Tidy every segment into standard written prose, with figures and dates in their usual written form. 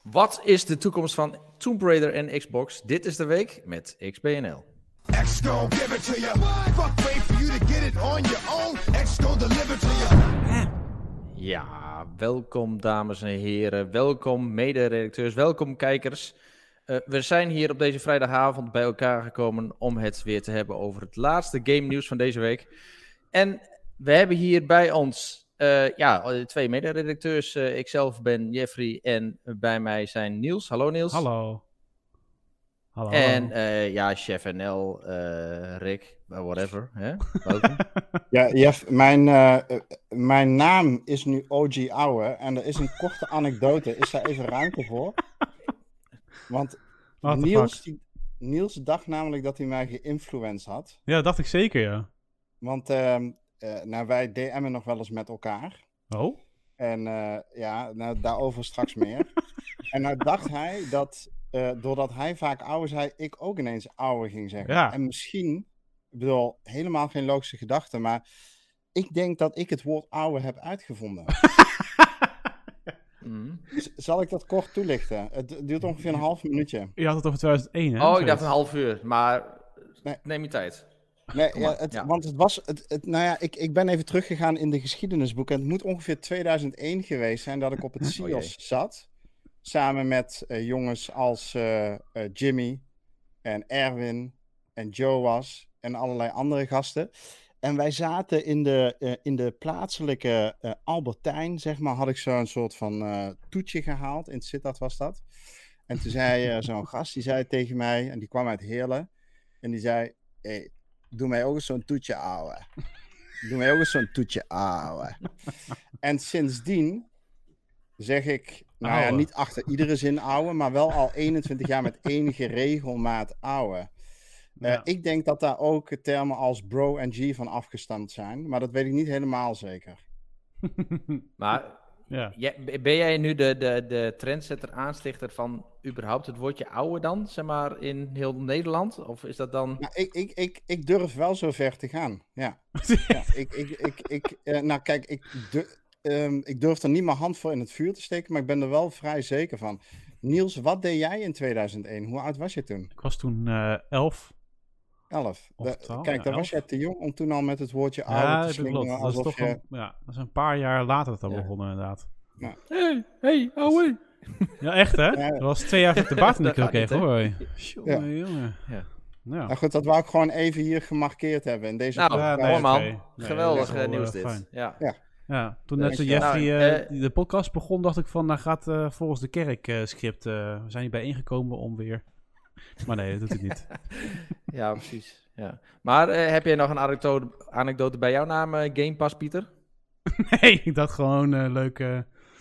Wat is de toekomst van Tomb Raider en Xbox? Dit is de week met XBNL. X gon' give it to you. Fuck wait for you to get it on your own. X gon' deliver to you. Ja, welkom dames en heren. Welkom mede-redacteurs, welkom kijkers. We zijn hier op deze vrijdagavond bij elkaar gekomen om het weer te hebben over het laatste game nieuws van deze week. En we hebben hier bij ons twee mede-redacteurs. Ikzelf ben Jeffrey en bij mij zijn Niels. Hallo Niels. Hallo. Hallo. En Chef NL, Rick, whatever. Hè? Welkom. Ja, Jeff, mijn naam is nu OG Ouwe en er is een korte anekdote. Is daar even ruimte voor? Want Niels dacht namelijk dat hij mij geïnfluenced had. Ja, dat dacht ik zeker, ja. Want wij DM'en nog wel eens met elkaar. Oh? En daarover straks meer. En nou dacht hij dat, doordat hij vaak ouwe zei, ik ook ineens ouwe ging zeggen. Ja. En misschien, ik bedoel, helemaal geen logische gedachte, maar ik denk dat ik het woord ouwe heb uitgevonden. Zal ik dat kort toelichten? Het duurt ongeveer een half minuutje. Je had het over 2001, hè? Oh, ik dacht een half uur, maar neem je tijd. Nee, want het was... Ik ben even teruggegaan in de geschiedenisboeken. En het moet ongeveer 2001 geweest zijn dat ik op het CIOS zat. Samen met jongens als Jimmy en Erwin en Joas en allerlei andere gasten. En wij zaten in de plaatselijke Albertijn, zeg maar, had ik zo'n soort van toetje gehaald. In Sittard was dat. En toen zei zo'n gast, die zei tegen mij, en die kwam uit Heerlen. En die zei, hey, doe mij ook eens zo'n toetje, ouwe. Doe mij ook eens zo'n toetje, ouwe. En sindsdien zeg ik, niet achter iedere zin ouwe, maar wel al 21 jaar met enige regelmaat ouwe. Ja. Ik denk dat daar ook termen als bro en G van afgestamd zijn, maar dat weet ik niet helemaal zeker. Maar ben jij nu de trendsetter, aanstichter van überhaupt het woordje ouwe dan, zeg maar, in heel Nederland? Of is dat dan... Nou, ik durf wel zo ver te gaan, ja. Ik durf er niet mijn hand voor in het vuur te steken, maar ik ben er wel vrij zeker van. Niels, wat deed jij in 2001? Hoe oud was je toen? Ik was toen 11. 11. Kijk, daar 11. was jij te jong om toen al met het woordje oude te slingeren. Dat is toch dat is een paar jaar later dat begonnen, inderdaad. Ja. Hey, ouwe! Ja, echt hè? Ja. Dat was 2 jaar voor de baat in de keel kreeg, hoor. Jongen. Ja. Nou goed, dat wou ik gewoon even hier gemarkeerd hebben. In deze mooi man. Geweldig nieuws dit. Ja, toen net Jeffrey de podcast begon, dacht ik van, gaat volgens de kerk script. We zijn hierbij ingekomen om weer... Maar nee, dat doet het niet. Ja, precies. Ja. Maar heb jij nog een anekdote bij jouw naam, Game Pass, Pieter? Nee, ik dacht gewoon een leuke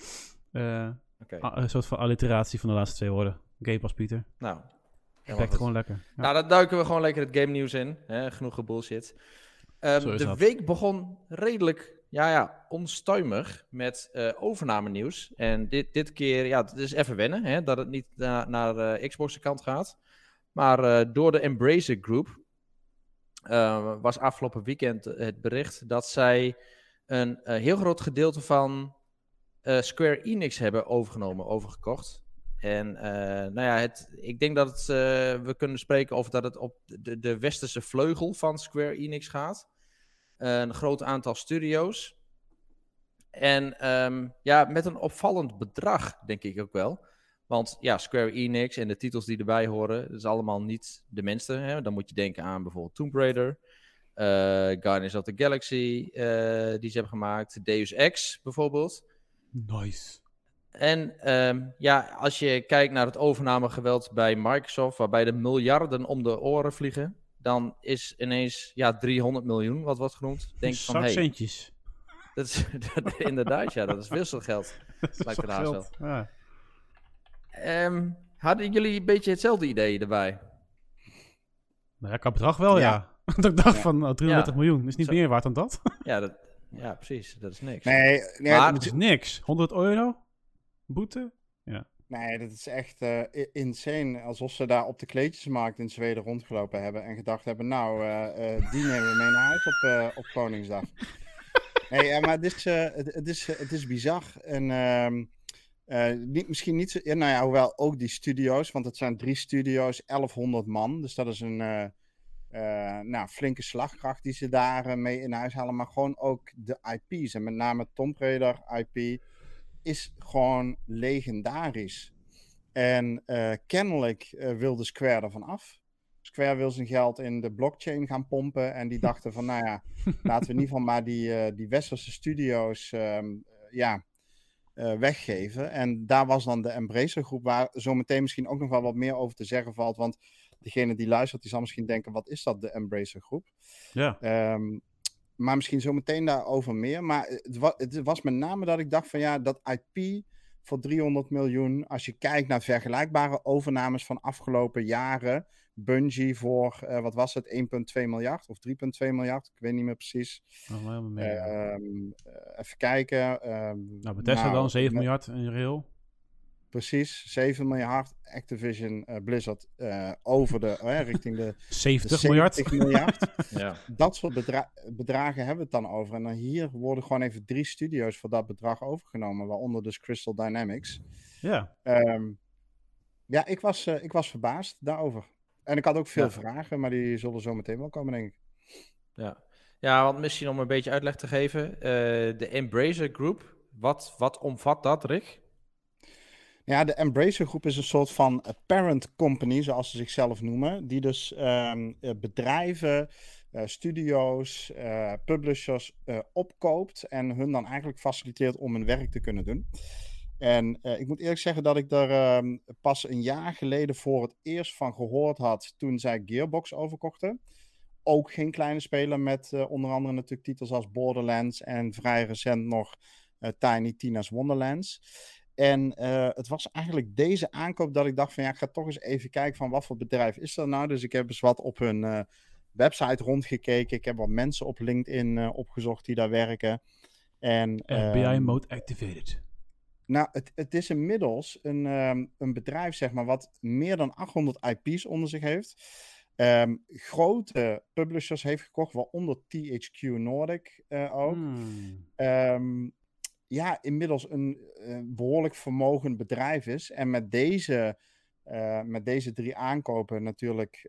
een soort van alliteratie van de laatste 2 woorden. Game Pass, Pieter. Nou, werkt gewoon lekker. Ja. Nou, dan duiken we gewoon lekker het game nieuws in. Genoeg bullshit. De week begon redelijk onstuimig met overname nieuws. En dit keer, het is even wennen, dat het niet naar Xbox de kant gaat. Maar door de Embracer Group was afgelopen weekend het bericht dat zij een heel groot gedeelte van Square Enix hebben overgekocht. En ik denk dat we kunnen spreken over dat het op de westerse vleugel van Square Enix gaat. Een groot aantal studio's. En met een opvallend bedrag, denk ik ook wel. Want Square Enix en de titels die erbij horen, dat is allemaal niet de minste. Hè? Dan moet je denken aan bijvoorbeeld Tomb Raider, Guardians of the Galaxy, die ze hebben gemaakt, Deus Ex bijvoorbeeld. Nice. En als je kijkt naar het overnamegeweld bij Microsoft, waarbij de miljarden om de oren vliegen, dan is ineens 300 miljoen, wat wordt genoemd. Denk van, centjes. Dat is inderdaad, dat is wisselgeld. Lijkt er haast wel. Ja. Hadden jullie een beetje hetzelfde idee erbij? Nou ja, qua bedrag wel, ja. Dat ik dacht van 330 miljoen, is niet meer waard dan dat? Ja, precies. Dat is niks. Nee, maar het is niks. 100 euro? Boete? Ja. Nee, dat is echt insane. Alsof ze daar op de kleedjesmarkt in Zweden rondgelopen hebben en gedacht hebben, die nemen we mee naar huis op Koningsdag. Nee, maar het is bizar. En Misschien niet zo... Ja, nou ja, hoewel ook die studio's, want het zijn 3 studio's, 1100 man. Dus dat is een flinke slagkracht die ze daar mee in huis halen. Maar gewoon ook de IP's. En met name Tomb Raider IP is gewoon legendarisch. En kennelijk wilde Square ervan af. Square wil zijn geld in de blockchain gaan pompen. En die dachten van, nou ja, laten we in ieder geval maar die westerse studio's weggeven. En daar was dan de Embracer groep, waar zometeen misschien ook nog wel wat meer over te zeggen valt. Want degene die luistert, die zal misschien denken, wat is dat, de Embracer groep? Ja. Maar misschien zometeen daarover meer. Maar het was met name dat ik dacht van ja, dat IP voor 300 miljoen, als je kijkt naar vergelijkbare overnames van afgelopen jaren, Bungie voor, wat was het, 1,2 miljard of 3,2 miljard, ik weet niet meer precies. Even kijken. Bethesda dan 7 miljard in geheel. Precies, 7 miljard. Activision Blizzard richting de 70 miljard. Ja. Dat soort bedragen hebben we het dan over. En dan hier worden gewoon even 3 studio's voor dat bedrag overgenomen, waaronder dus Crystal Dynamics. Ja. Ik was verbaasd daarover. En ik had ook veel vragen, maar die zullen zo meteen wel komen, denk ik. Ja, want misschien om een beetje uitleg te geven. De Embracer Group, wat omvat dat, Rick? Ja, de Embracer Groep is een soort van parent company, zoals ze zichzelf noemen. Die dus bedrijven, studio's, publishers opkoopt en hun dan eigenlijk faciliteert om hun werk te kunnen doen. En ik moet eerlijk zeggen dat ik er pas een jaar geleden voor het eerst van gehoord had toen zij Gearbox overkochten. Ook geen kleine speler met onder andere natuurlijk titels als Borderlands en vrij recent nog Tiny Tina's Wonderlands. En het was eigenlijk deze aankoop dat ik dacht van ja, ik ga toch eens even kijken van wat voor bedrijf is dat nou. Dus ik heb eens wat op hun website rondgekeken. Ik heb wat mensen op LinkedIn opgezocht die daar werken. En, FBI mode activated. Nou, het is inmiddels een bedrijf, zeg maar, wat meer dan 800 IP's onder zich heeft. Grote publishers heeft gekocht, waaronder THQ Nordic ook. Inmiddels een behoorlijk vermogend bedrijf is. En met deze 3 aankopen natuurlijk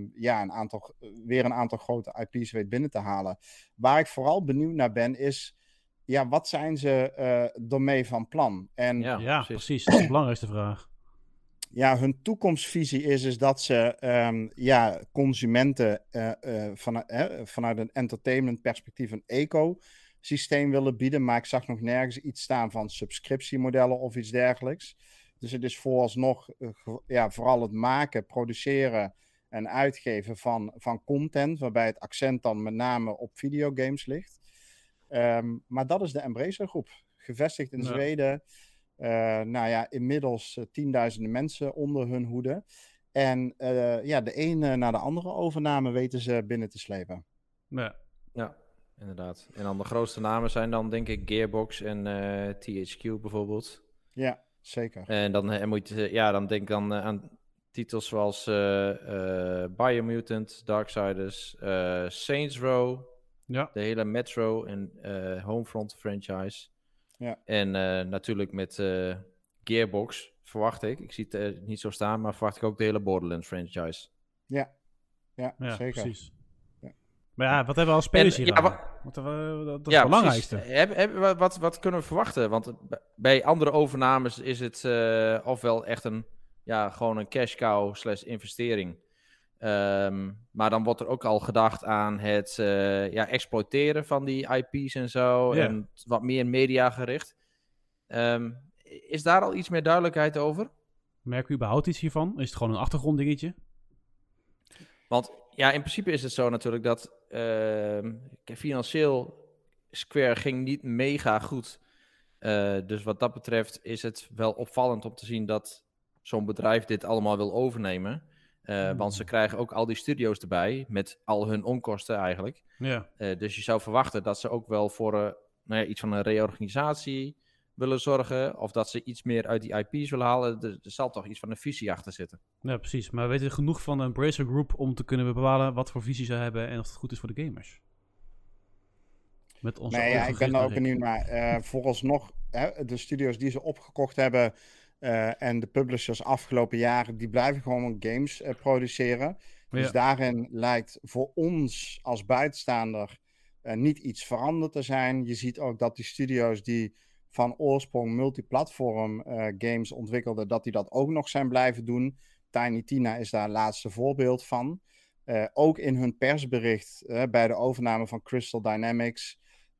weer een aantal grote IP's weet binnen te halen. Waar ik vooral benieuwd naar ben is, ja, wat zijn ze ermee van plan? En, ja, precies. Dat is de belangrijkste vraag. Ja, hun toekomstvisie is dat ze consumenten vanuit een entertainment perspectief een ecosysteem willen bieden. Maar ik zag nog nergens iets staan van subscriptiemodellen of iets dergelijks. Dus het is vooralsnog vooral het maken, produceren en uitgeven van content, waarbij het accent dan met name op videogames ligt. Maar dat is de Embracer Groep, gevestigd in Zweden. Inmiddels tienduizenden mensen onder hun hoede. En de ene na de andere overname weten ze binnen te slepen. Ja, inderdaad. En dan de grootste namen zijn dan denk ik Gearbox en THQ bijvoorbeeld. Ja, zeker. En dan moet je, dan denk ik aan titels zoals Biomutant, Darksiders, Saints Row, de hele Metro en Homefront franchise. Ja. En natuurlijk met Gearbox verwacht ik zie het niet zo staan, maar verwacht ik ook de hele Borderlands franchise. Ja zeker. Precies. Ja. Maar ja, wat hebben we als spelers hier aan? Dat is het belangrijkste. Wat kunnen we verwachten? Want bij andere overnames is het ofwel echt gewoon een cash cow / investering. Maar dan wordt er ook al gedacht aan het exploiteren van die IP's en zo. Yeah. En wat meer mediagericht. Is daar al iets meer duidelijkheid over? Merk u überhaupt iets hiervan? Is het gewoon een achtergronddingetje? Want in principe is het zo natuurlijk dat financieel Square ging niet mega goed. Dus wat dat betreft is het wel opvallend om te zien dat zo'n bedrijf dit allemaal wil overnemen. Want ze krijgen ook al die studio's erbij, met al hun onkosten eigenlijk. Ja. Dus je zou verwachten dat ze ook wel voor iets van een reorganisatie willen zorgen. Of dat ze iets meer uit die IP's willen halen. Er zal toch iets van een visie achter zitten. Ja, precies. Maar we weten genoeg van de Embracer Group om te kunnen bepalen wat voor visie ze hebben en of het goed is voor de gamers. Met onze ik ben er ook benieuwd naar. Vooralsnog de studio's die ze opgekocht hebben en de publishers afgelopen jaren, die blijven gewoon games produceren. Dus daarin lijkt voor ons als buitenstaander niet iets veranderd te zijn. Je ziet ook dat die studio's die van oorsprong multiplatform games ontwikkelden, dat die dat ook nog zijn blijven doen. Tiny Tina is daar het laatste voorbeeld van. Ook in hun persbericht bij de overname van Crystal Dynamics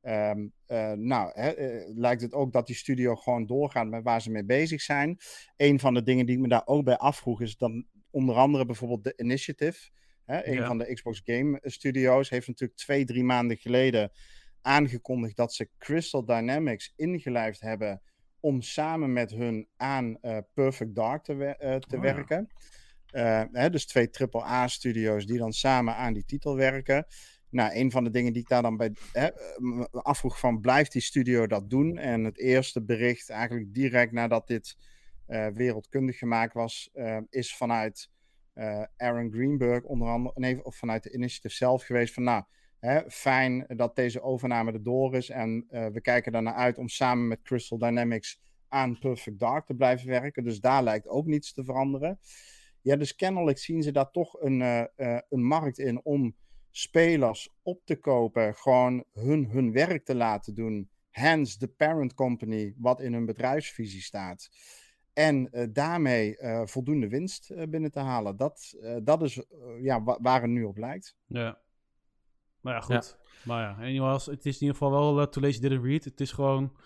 lijkt het ook dat die studio gewoon doorgaat met waar ze mee bezig zijn. Een van de dingen die ik me daar ook bij afvroeg is dan onder andere bijvoorbeeld de Initiative. Een van de Xbox Game Studios heeft natuurlijk 2-3 maanden geleden aangekondigd dat ze Crystal Dynamics ingelijfd hebben om samen met hun aan Perfect Dark te werken. Dus 2 AAA-studio's die dan samen aan die titel werken. Nou, een van de dingen die ik daar dan bij afvroeg van, blijft die studio dat doen? En het eerste bericht eigenlijk direct nadat dit wereldkundig gemaakt was, is vanuit Aaron Greenberg onder andere, of vanuit de Initiative zelf geweest van, fijn dat deze overname erdoor is en we kijken daarnaar uit om samen met Crystal Dynamics aan Perfect Dark te blijven werken. Dus daar lijkt ook niets te veranderen. Ja, dus kennelijk zien ze daar toch een markt in om spelers op te kopen, gewoon hun werk te laten doen, hence the parent company, wat in hun bedrijfsvisie staat. En daarmee voldoende winst binnen te halen. Dat is waar het nu op lijkt. Ja. Nou ja, goed. Ja. Maar ja, anyways, het is in ieder geval wel too lazy didn't read. Het is gewoon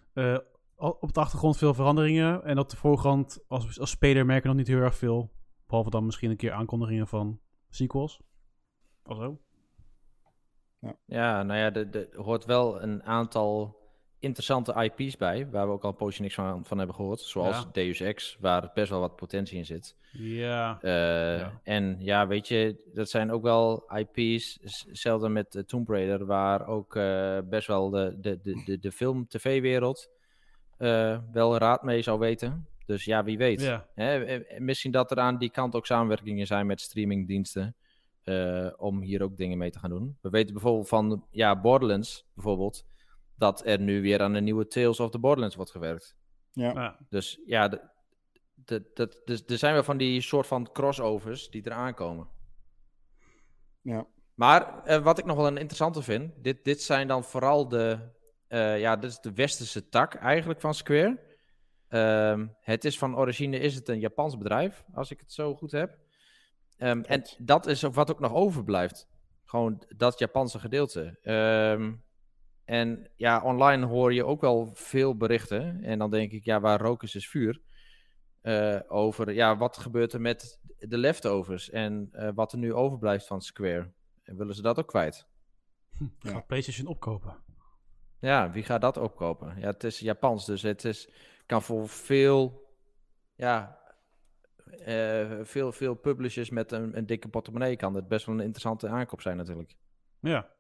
op de achtergrond veel veranderingen. En op de voorgrond als speler merken we nog niet heel erg veel. Behalve dan misschien een keer aankondigingen van sequels. Of zo. Ja, nou ja, er hoort wel een aantal interessante IP's bij, waar we ook al een poosje niks van hebben gehoord. Zoals Deus Ex, waar best wel wat potentie in zit. Ja. En ja, weet je, dat zijn ook wel IP's, hetzelfde met Tomb Raider, waar ook best wel de film-tv-wereld wel raad mee zou weten. Dus ja, wie weet. Ja. Misschien dat er aan die kant ook samenwerkingen zijn met streamingdiensten. Om hier ook dingen mee te gaan doen. We weten bijvoorbeeld van Borderlands bijvoorbeeld, dat er nu weer aan een nieuwe Tales of the Borderlands wordt gewerkt. Ja. Dus ja, er zijn wel van die soort van crossovers die eraan komen. Ja. Maar wat ik nog wel een interessante vind, dit zijn dan vooral dit is de westerse tak eigenlijk van Square. Het is van origine is het een Japans bedrijf, als ik het zo goed heb. En dat is wat ook nog overblijft. Gewoon dat Japanse gedeelte. En ja, online hoor je ook wel veel berichten. En dan denk ik, waar rook is vuur. Over, wat gebeurt er met de leftovers? En wat er nu overblijft van Square. En willen ze dat ook kwijt? Gaat PlayStation opkopen? Ja, wie gaat dat opkopen? Ja, het is Japans, dus kan voor veel... veel publishers met een dikke portemonnee kan het best wel een interessante aankoop zijn natuurlijk. Ja.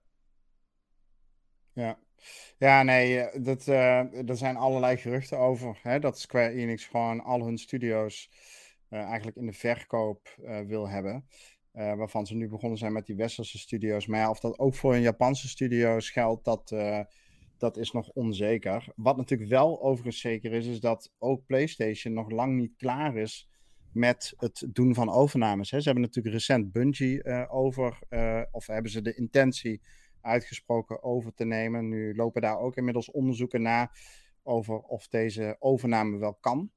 Ja, nee, er zijn allerlei geruchten over. Dat Square Enix gewoon al hun studio's eigenlijk in de verkoop wil hebben. Waarvan ze nu begonnen zijn met die westerse studio's. Maar ja, of dat ook voor hun Japanse studio's geldt, dat is nog onzeker. Wat natuurlijk wel overigens zeker is dat ook PlayStation nog lang niet klaar is met het doen van overnames. Ze hebben natuurlijk recent Bungie of hebben ze de intentie uitgesproken over te nemen. Nu lopen daar ook inmiddels onderzoeken naar over of deze overname wel kan.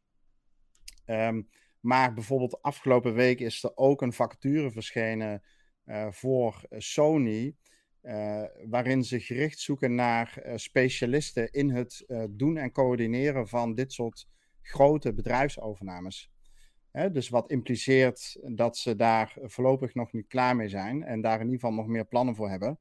Maar bijvoorbeeld afgelopen week is er ook een vacature verschenen voor Sony, waarin ze gericht zoeken naar specialisten in het doen en coördineren van dit soort grote bedrijfsovernames. Dus wat impliceert dat ze daar voorlopig nog niet klaar mee zijn en daar in ieder geval nog meer plannen voor hebben.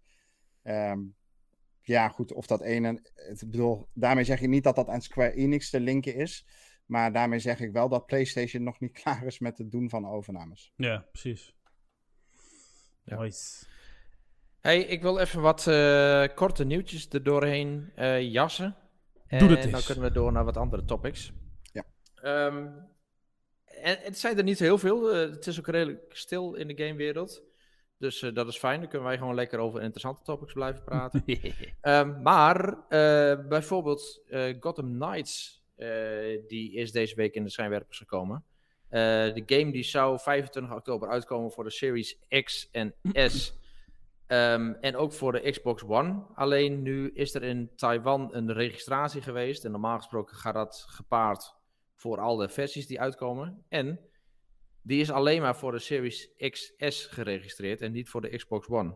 Goed, of dat daarmee zeg ik niet dat aan Square Enix te linken is, maar daarmee zeg ik wel dat PlayStation nog niet klaar is met het doen van overnames. Ja, precies. Nice. Hey, ik wil even wat korte nieuwtjes er doorheen jassen. Doe het eens. En dan kunnen we door naar wat andere topics. Ja. En het zijn er niet heel veel. Het is ook redelijk stil in de gamewereld. Dus dat is fijn. Dan kunnen wij gewoon lekker over interessante topics blijven praten. Maar bijvoorbeeld Gotham Knights, die is deze week in de schijnwerpers gekomen. De game die zou 25 oktober uitkomen voor de Series X en S. En ook voor de Xbox One. Alleen nu is er in Taiwan een registratie geweest. En normaal gesproken gaat dat gepaard voor alle versies die uitkomen. En die is alleen maar voor de Series XS geregistreerd en niet voor de Xbox One.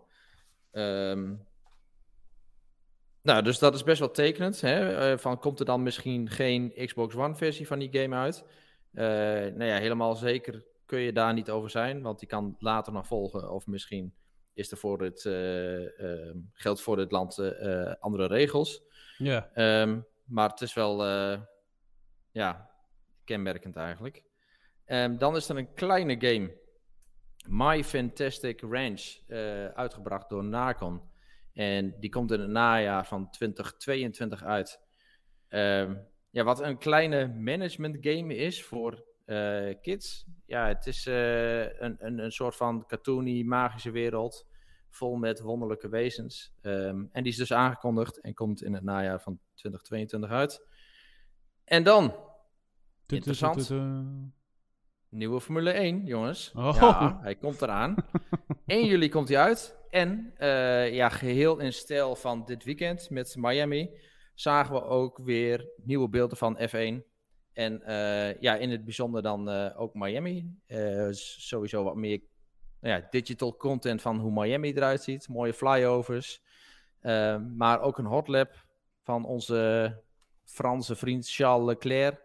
Nou, dus dat is best wel tekenend. Hè? Komt er dan misschien geen Xbox One versie van die game uit? Nou ja, helemaal zeker kun je daar niet over zijn, want die kan later nog volgen. Of misschien is er voor het, geldt voor dit land andere regels. Ja. Maar het is wel kenmerkend eigenlijk. Dan is er een kleine game, My Fantastic Ranch, uitgebracht door Nacon. En die komt in het najaar van 2022 uit. Wat een kleine management game is voor kids. Ja, het is een soort van cartoony, magische wereld, vol met wonderlijke wezens. En die is dus aangekondigd en komt in het najaar van 2022 uit. En dan, interessant, nieuwe Formule 1, jongens. Oh. Ja, hij komt eraan. 1 juli komt hij uit. En geheel in stijl van dit weekend met Miami zagen we ook weer nieuwe beelden van F1. En in het bijzonder dan ook Miami. Sowieso wat meer digital content van hoe Miami eruit ziet. Mooie flyovers. Maar ook een hot lap van onze Franse vriend Charles Leclerc.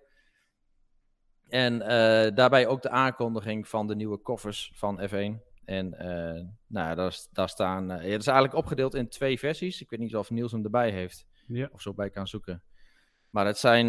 En daarbij ook de aankondiging van de nieuwe koffers van F1. En daar staan... het is eigenlijk opgedeeld in 2 versies. Ik weet niet of Niels hem erbij heeft. Ja. Of zo bij kan zoeken. Maar het zijn...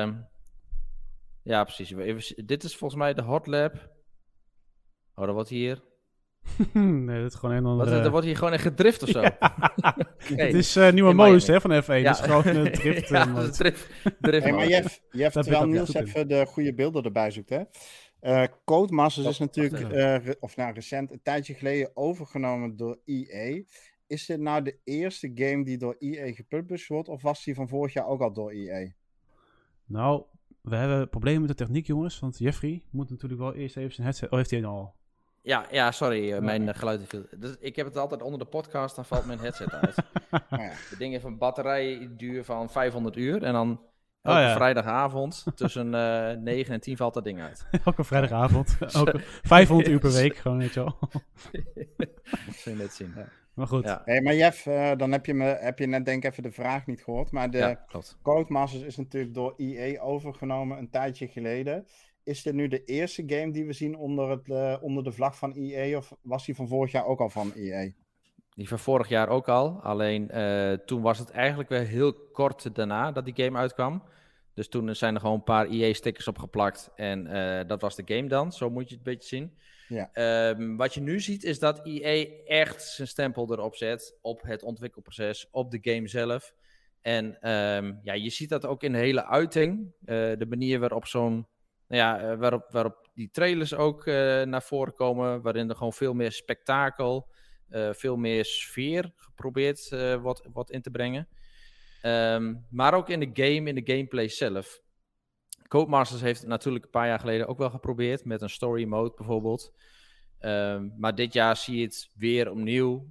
precies. Dit is volgens mij de hot lap. Oh, dat wordt hier... Nee, dat is gewoon een andere... Er wordt hier gewoon echt gedrift of zo. Ja. Het is nieuwe modus van F1. Ja. Dus gewoon drift. Hey, maar Jeff, terwijl Niels even de goede beelden erbij zoekt, hè. Codemasters is natuurlijk recent een tijdje geleden overgenomen door EA. Is dit nou de eerste game die door EA gepublished wordt, of was die van vorig jaar ook al door EA? Nou, we hebben problemen met de techniek, jongens, want Jeffrey moet natuurlijk wel eerst even zijn headset... Oh, heeft hij al? Ja, sorry, mijn geluid viel. Dus ik heb het altijd onder de podcast, dan valt mijn headset uit. De dingen van batterijduur van 500 uur en dan elke vrijdagavond tussen 9 en 10 valt dat ding uit. Elke vrijdagavond, elke 500 uur per week, gewoon, weet je wel. Dat zul je net zien. Ja. Maar goed. Ja. Hey, maar Jeff, dan heb je net denk ik even de vraag niet gehoord, maar de Codemasters is natuurlijk door EA overgenomen een tijdje geleden. Is dit nu de eerste game die we zien onder de vlag van EA, of was die van vorig jaar ook al van EA? Die van vorig jaar ook al, alleen toen was het eigenlijk wel heel kort daarna dat die game uitkwam. Dus toen zijn er gewoon een paar EA-stickers opgeplakt en dat was de game dan, zo moet je het een beetje zien. Ja. Wat je nu ziet is dat EA echt zijn stempel erop zet, op het ontwikkelproces, op de game zelf. En je ziet dat ook in de hele uiting, de manier waarop waarop die trailers ook naar voren komen, waarin er gewoon veel meer spektakel, veel meer sfeer geprobeerd wordt in te brengen. Maar ook in de game, in de gameplay zelf. Codemasters heeft het natuurlijk een paar jaar geleden ook wel geprobeerd, met een story mode bijvoorbeeld. Maar dit jaar zie je het weer opnieuw.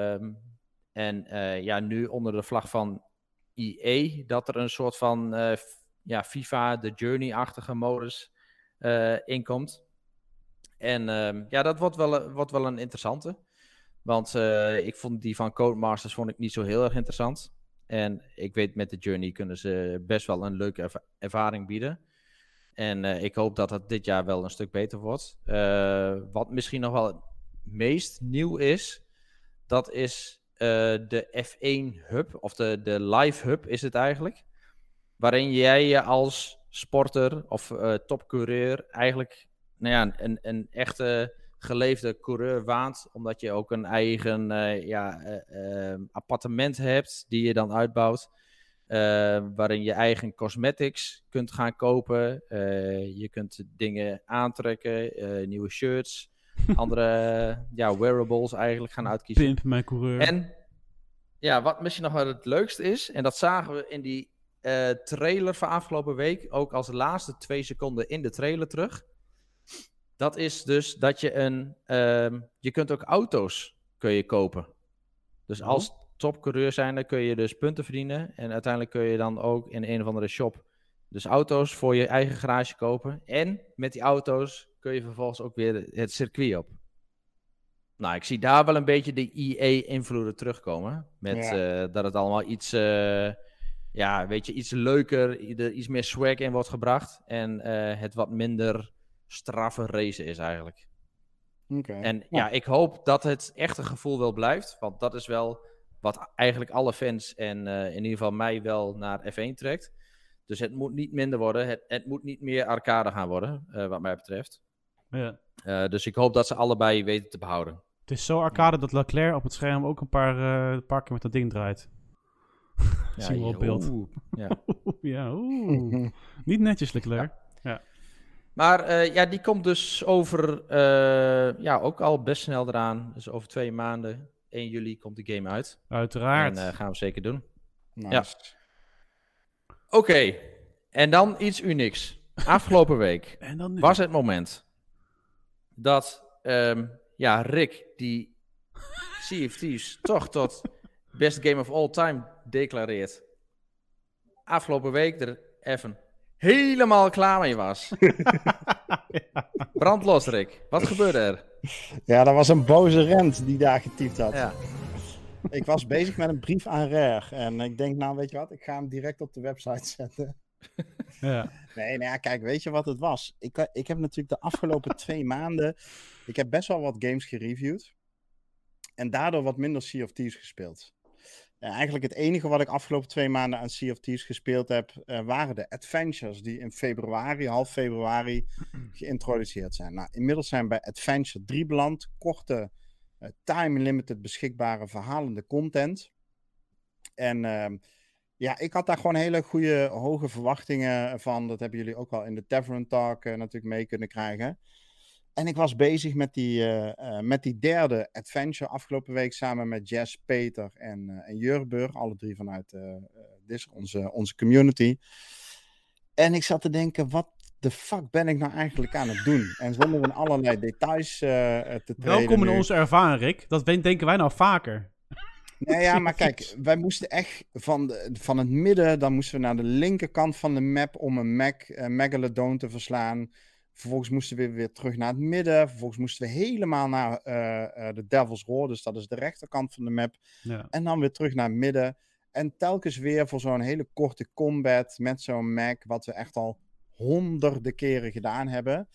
Nu onder de vlag van EA, dat er een soort van FIFA, de Journey-achtige modus inkomt. En dat wordt wel een interessante. Want ik vond die van Codemasters niet zo heel erg interessant. En ik weet, met de Journey kunnen ze best wel een leuke ervaring bieden. En ik hoop dat het dit jaar wel een stuk beter wordt. Wat misschien nog wel het meest nieuw is, dat is de F1 Hub, of de Live Hub is het eigenlijk. Waarin jij je als sporter of topcoureur eigenlijk een echte geleefde coureur waant, omdat je ook een eigen appartement hebt die je dan uitbouwt, waarin je eigen cosmetics kunt gaan kopen. Je kunt dingen aantrekken, nieuwe shirts, andere wearables eigenlijk gaan uitkiezen. Pimp, mijn coureur. En ja, wat misschien nog wel het leukste is, en dat zagen we in die trailer van afgelopen week, ook als laatste 2 seconden in de trailer terug. Dat is dus dat je je kunt ook auto's kopen. Dus als topcoureur zijn, dan kun je dus punten verdienen. En uiteindelijk kun je dan ook in een of andere shop dus auto's voor je eigen garage kopen. En met die auto's kun je vervolgens ook weer het circuit op. Nou, ik zie daar wel een beetje de EA-invloeden terugkomen. Met dat het allemaal iets, iets leuker, iets meer swag in wordt gebracht. En het wat minder straffe racen is eigenlijk. Okay. En ik hoop dat het echte gevoel wel blijft. Want dat is wel wat eigenlijk alle fans en in ieder geval mij wel naar F1 trekt. Dus het moet niet minder worden. Het moet niet meer arcade gaan worden, wat mij betreft. Ja. Dus ik hoop dat ze allebei weten te behouden. Het is zo arcade dat Leclerc op het scherm ook een paar keer met dat ding draait. Zien we op beeld. Niet netjes, Leclerc. Ja. Maar die komt dus ook al best snel eraan. Dus over 2 maanden, 1 juli, komt de game uit. Uiteraard. En gaan we zeker doen. Nice. Ja. Oké. En dan iets unieks. Afgelopen week en dan was het moment dat Rick, die Sea of Thieves toch tot best game of all time declareert. Afgelopen week er even helemaal klaar mee was. Brand los, Rick. Wat gebeurde er? Ja, dat was een boze rent die daar getypt had. Ja. Ik was bezig met een brief aan Rare. En ik denk, nou weet je wat, ik ga hem direct op de website zetten. Ja. Nee, kijk, weet je wat het was? Ik heb natuurlijk de afgelopen 2 maanden... Ik heb best wel wat games gereviewd. En daardoor wat minder Sea of Thieves gespeeld. Eigenlijk het enige wat ik afgelopen 2 maanden aan Sea of Thieves gespeeld heb... waren de adventures die in half februari geïntroduceerd zijn. Nou, inmiddels zijn we bij Adventure 3 beland. Korte, time-limited beschikbare verhalende content. En... ik had daar gewoon hele goede, hoge verwachtingen van. Dat hebben jullie ook al in de Tavern Talk natuurlijk mee kunnen krijgen. En ik was bezig met die derde adventure afgelopen week samen met Jess, Peter en Jurburg. Alle 3 vanuit onze community. En ik zat te denken, wat de fuck ben ik nou eigenlijk aan het doen? En zonder in allerlei details te treden. Welkom in onze ervaring, Rick. Dat denken wij nou vaker. Nee, ja, maar kijk, wij moesten echt van het midden, dan moesten we naar de linkerkant van de map om een Megalodon te verslaan. Vervolgens moesten we weer terug naar het midden. Vervolgens moesten we helemaal naar de Devil's Roar, dus dat is de rechterkant van de map. Ja. En dan weer terug naar het midden. En telkens weer voor zo'n hele korte combat met zo'n Mac, wat we echt al honderden keren gedaan hebben.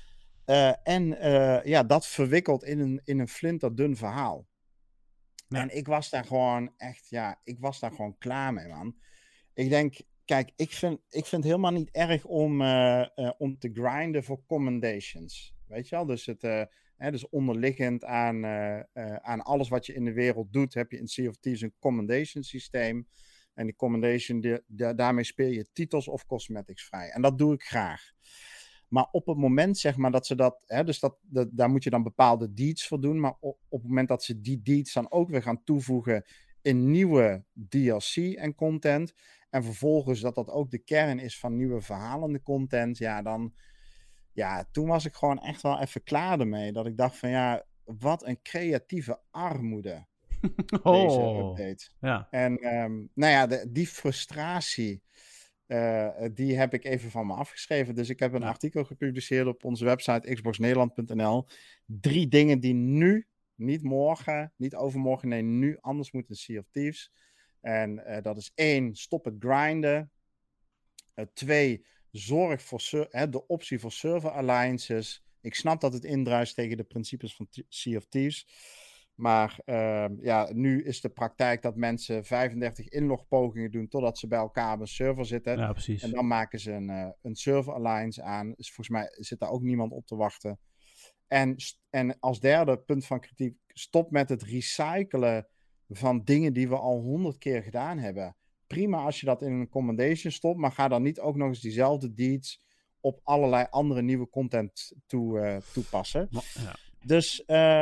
Dat verwikkeld in een flinterdun verhaal. Ja. En ik was daar gewoon echt, klaar mee, man. Ik denk, kijk, ik vind het helemaal niet erg om te grinden voor commendations. Weet je wel? Dus dus onderliggend aan alles wat je in de wereld doet, heb je in Sea of Thieves een commendation systeem. En die commendation, daarmee speel je titels of cosmetics vrij. En dat doe ik graag. Maar op het moment, zeg maar, dat ze daar moet je dan bepaalde deeds voor doen. Maar op het moment dat ze die deeds dan ook weer gaan toevoegen in nieuwe DLC en content. En vervolgens dat ook de kern is van nieuwe verhalende content. Toen was ik gewoon echt wel even klaar ermee. Dat ik dacht van wat een creatieve armoede. Deze update. Ja. En die frustratie... die heb ik even van me afgeschreven. Dus ik heb een artikel gepubliceerd op onze website xboxnederland.nl. 3 dingen die nu, niet morgen, niet overmorgen, nee, nu anders moeten in Sea of Thieves. En dat is 1, stop het grinden. 2, zorg voor de optie voor server alliances. Ik snap dat het indruist tegen de principes van Sea of Thieves. Maar nu is de praktijk dat mensen 35 inlogpogingen doen totdat ze bij elkaar op een server zitten. Ja, precies. En dan maken ze een server alliance aan. Dus volgens mij zit daar ook niemand op te wachten. En als derde punt van kritiek, stop met het recyclen van dingen die we al 100 keer gedaan hebben. Prima als je dat in een commendation stopt, maar ga dan niet ook nog eens diezelfde deeds op allerlei andere nieuwe content toepassen. Ja. Dus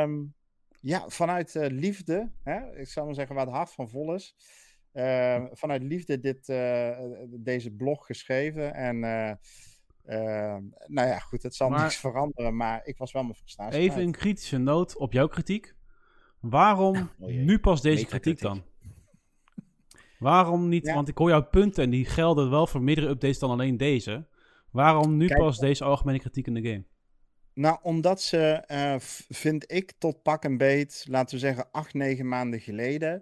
vanuit liefde, hè, ik zou maar zeggen waar het hart van vol is. Vanuit liefde deze blog geschreven. En nou ja, goed, het zal niks veranderen, maar ik was wel mijn frustratie. Even een kritische noot op jouw kritiek. Waarom nu pas deze kritiek dan? Waarom niet? Ja. Want ik hoor jouw punten en die gelden wel voor meerdere updates dan alleen deze. Waarom nu pas deze algemene kritiek in de game? Nou, omdat ze, vind ik, tot pak en beet, laten we zeggen 8-9 maanden geleden.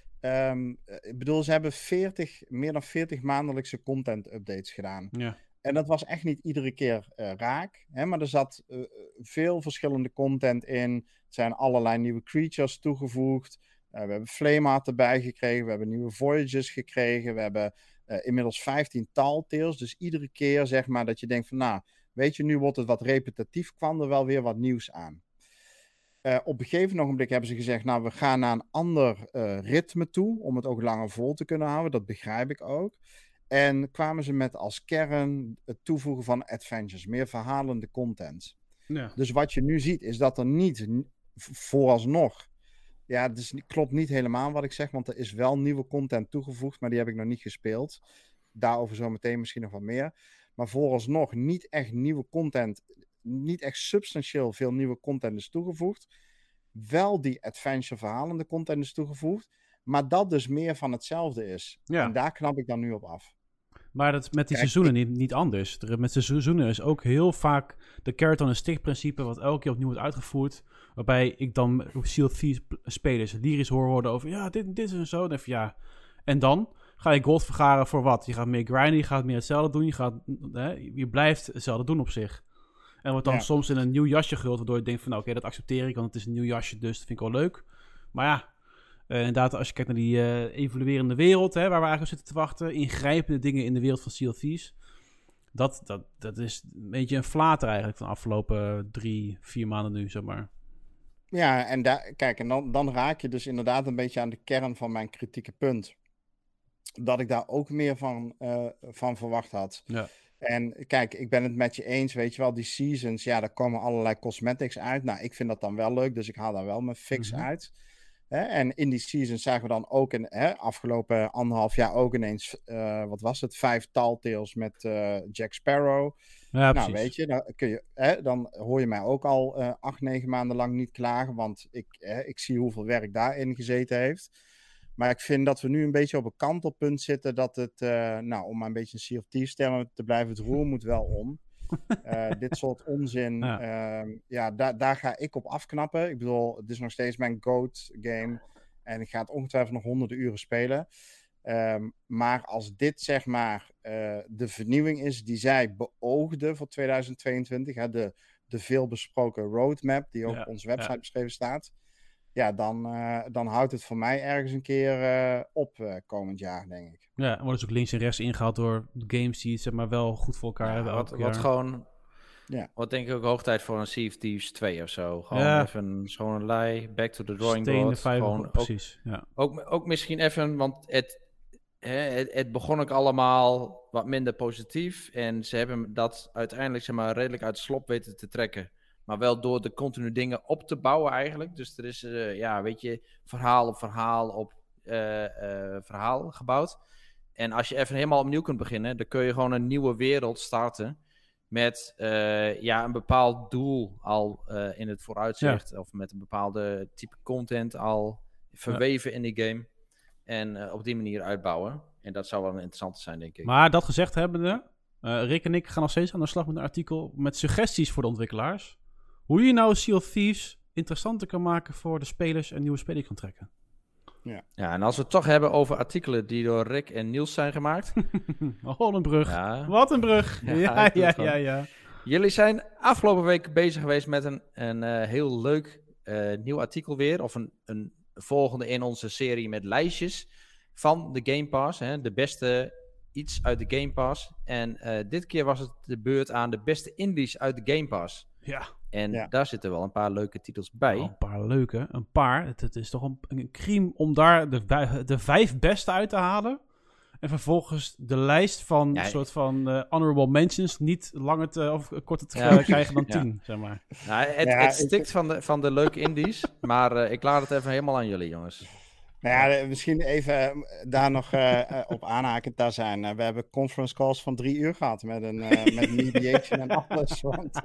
Ik bedoel, ze hebben meer dan 40 maandelijkse content updates gedaan. Ja. En dat was echt niet iedere keer raak. Hè, maar er zat veel verschillende content in. Er zijn allerlei nieuwe creatures toegevoegd. We hebben Flameheart erbij gekregen. We hebben nieuwe Voyages gekregen. We hebben inmiddels 15 Tall Tales. Dus iedere keer zeg maar dat je denkt van nou, weet je, nu wordt het wat repetitief. Kwam er wel weer wat nieuws aan. Op een gegeven ogenblik hebben ze gezegd, nou, we gaan naar een ander ritme toe. Om het ook langer vol te kunnen houden. Dat begrijp ik ook. En kwamen ze met als kern het toevoegen van adventures. Meer verhalende content. Ja. Dus wat je nu ziet is dat er niet vooralsnog... Ja, het klopt niet helemaal wat ik zeg. Want er is wel nieuwe content toegevoegd. Maar die heb ik nog niet gespeeld. Daarover zo meteen misschien nog wat meer. Maar vooralsnog niet echt nieuwe content. Niet echt substantieel veel nieuwe content is toegevoegd. Wel die adventure verhalende content is toegevoegd. Maar dat dus meer van hetzelfde is. Ja. En daar knap ik dan nu op af. Maar dat is met die seizoenen niet anders. Met de seizoenen is ook heel vaak de carrot on a stick principe wat elke keer opnieuw wordt uitgevoerd. Waarbij ik dan Sea of Thieves spelers lyrisch hoor worden over ja, dit is en zo. En dan ga je gold vergaren voor wat? Je gaat meer grinden, je gaat meer hetzelfde doen. Je blijft hetzelfde doen op zich. En wordt dan soms in een nieuw jasje gehuld, waardoor je denkt van nou, oké, dat accepteer ik, want het is een nieuw jasje, dus dat vind ik wel leuk. Maar ja, inderdaad, als je kijkt naar die evoluerende wereld, waar we eigenlijk op zitten te wachten, ingrijpende dingen in de wereld van Sea of Thieves, dat is een beetje een flater eigenlijk van de afgelopen 3-4 maanden nu, zeg maar. Ja, en kijk, en dan raak je dus inderdaad een beetje aan de kern van mijn kritieke punt. Dat ik daar ook meer van verwacht had. Ja. En kijk, ik ben het met je eens, weet je wel, die seasons, ja, daar komen allerlei cosmetics uit. Nou, ik vind dat dan wel leuk, dus ik haal daar wel mijn fix uit. En in die seasons zagen we dan ook afgelopen 1,5 jaar ook ineens, 5 Tall Tales met Jack Sparrow. Ja, nou, weet je, dan hoor je mij ook al 8-9 maanden lang niet klagen, want ik zie hoeveel werk daarin gezeten heeft. Maar ik vind dat we nu een beetje op een kantelpunt zitten dat het, om maar een beetje een Sea of Thieves termen te blijven, het roer moet wel om. Dit soort onzin, daar ga ik op afknappen. Ik bedoel, het is nog steeds mijn GOAT game en ik ga het ongetwijfeld nog honderden uren spelen. Maar als dit zeg maar de vernieuwing is die zij beoogden voor 2022, de veelbesproken roadmap die ook op onze website beschreven staat, ja, dan houdt het voor mij ergens een keer op komend jaar, denk ik. Ja, en wordt dus ook links en rechts ingehaald door games die het zeg maar wel goed voor elkaar hebben. Wat gewoon, wat denk ik ook hoog tijd voor een Sea of Thieves 2 of zo. Gewoon even een schone lei, back to the drawing board. Gewoon precies, ook misschien even, want het begon ook allemaal wat minder positief. En ze hebben dat uiteindelijk zeg maar redelijk uit de slop weten te trekken. Maar wel door de continu dingen op te bouwen eigenlijk. Dus er is, weet je, verhaal op verhaal op verhaal gebouwd. En als je even helemaal opnieuw kunt beginnen, dan kun je gewoon een nieuwe wereld starten. Met een bepaald doel al in het vooruitzicht. Ja. Of met een bepaalde type content al verweven in die game. En op die manier uitbouwen. En dat zou wel interessant zijn, denk ik. Maar dat gezegd hebbende, Rick en ik gaan nog steeds aan de slag met een artikel met suggesties voor de ontwikkelaars. Hoe je nou Sea of Thieves interessanter kan maken voor de spelers en nieuwe spelers kan trekken. Ja, en als we het toch hebben over artikelen die door Rick en Niels zijn gemaakt. Oh, een brug. Ja. Wat een brug. Ja. Jullie zijn afgelopen week bezig geweest met een heel leuk nieuw artikel weer. Of een volgende in onze serie met lijstjes van de Game Pass. Hè, de beste iets uit de Game Pass. En dit keer was het de beurt aan de beste indies uit de Game Pass. Ja. En daar zitten wel een paar leuke titels bij. Een paar leuke. Een paar. Het is toch een crime om daar de 5 beste uit te halen. En vervolgens de lijst van een soort van honorable mentions niet langer of korter te krijgen dan 10, zeg maar. Nou, het stikt van de leuke indies, maar ik laat het even helemaal aan jullie, jongens. Nou ja, misschien even daar nog op aanhakend daar zijn. We hebben conference calls van 3 uur gehad met mediation en alles. Want...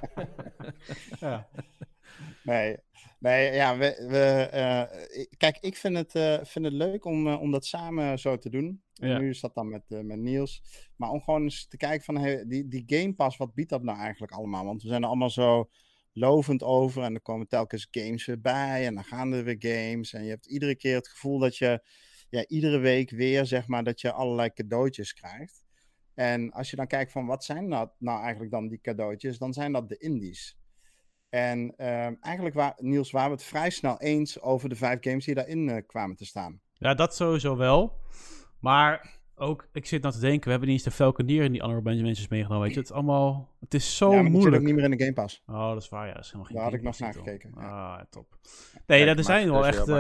Nee, ja, kijk, ik vind het leuk om dat samen zo te doen. Ja. Nu is dat dan met Niels. Maar om gewoon eens te kijken van, die Game Pass, wat biedt dat nou eigenlijk allemaal? Want we zijn er allemaal zo lovend over en er komen telkens games weer bij en dan gaan er weer games. En je hebt iedere keer het gevoel dat je, iedere week weer, zeg maar, dat je allerlei cadeautjes krijgt. En als je dan kijkt van, wat zijn nou eigenlijk dan die cadeautjes? Dan zijn dat de indies. En eigenlijk, Niels, waren we het vrij snel eens over de 5 games die daarin kwamen te staan. Ja, dat sowieso wel. Maar ook, ik zit nou te denken, we hebben niet eens de Falconeer in die Honorable Mentions meegenomen, weet je. Het is zo moeilijk. Het zit ook niet meer in de Game Pass. Oh, dat is waar, ja. Dat is helemaal geen Daar had ik nog naar gekeken. Ah, top. Nee, er zijn wel echt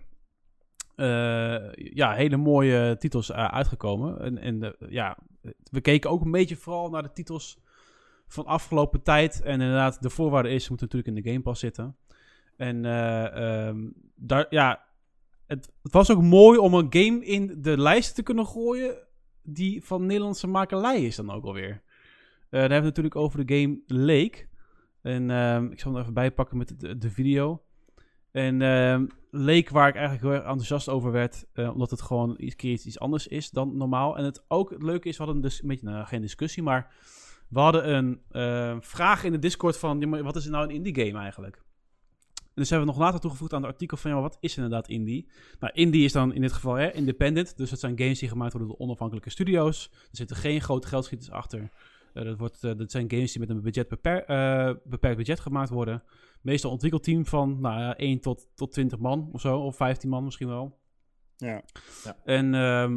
hele mooie titels uitgekomen. We keken ook een beetje vooral naar de titels van afgelopen tijd. En inderdaad, de voorwaarde is, ze moeten natuurlijk in de Game Pass zitten. En het was ook mooi om een game in de lijst te kunnen gooien die van Nederlandse makelij is dan ook alweer. Daar hebben we het natuurlijk over de game Lake. En ik zal hem er even bijpakken met de video. En Lake, waar ik eigenlijk heel erg enthousiast over werd, omdat het gewoon iets anders is dan normaal. En het leuke is, we hadden dus een beetje, geen discussie, maar we hadden een vraag in de Discord van, wat is nou een indie game eigenlijk? Dus hebben we nog later toegevoegd aan het artikel van, wat is inderdaad indie? Nou, indie is dan in dit geval independent. Dus dat zijn games die gemaakt worden door onafhankelijke studio's. Er zitten geen grote geldschieters achter. Dat zijn games die met een beperkt budget gemaakt worden. Meestal ontwikkelteam van 1 tot 20 man of zo. Of 15 man misschien wel. Ja. En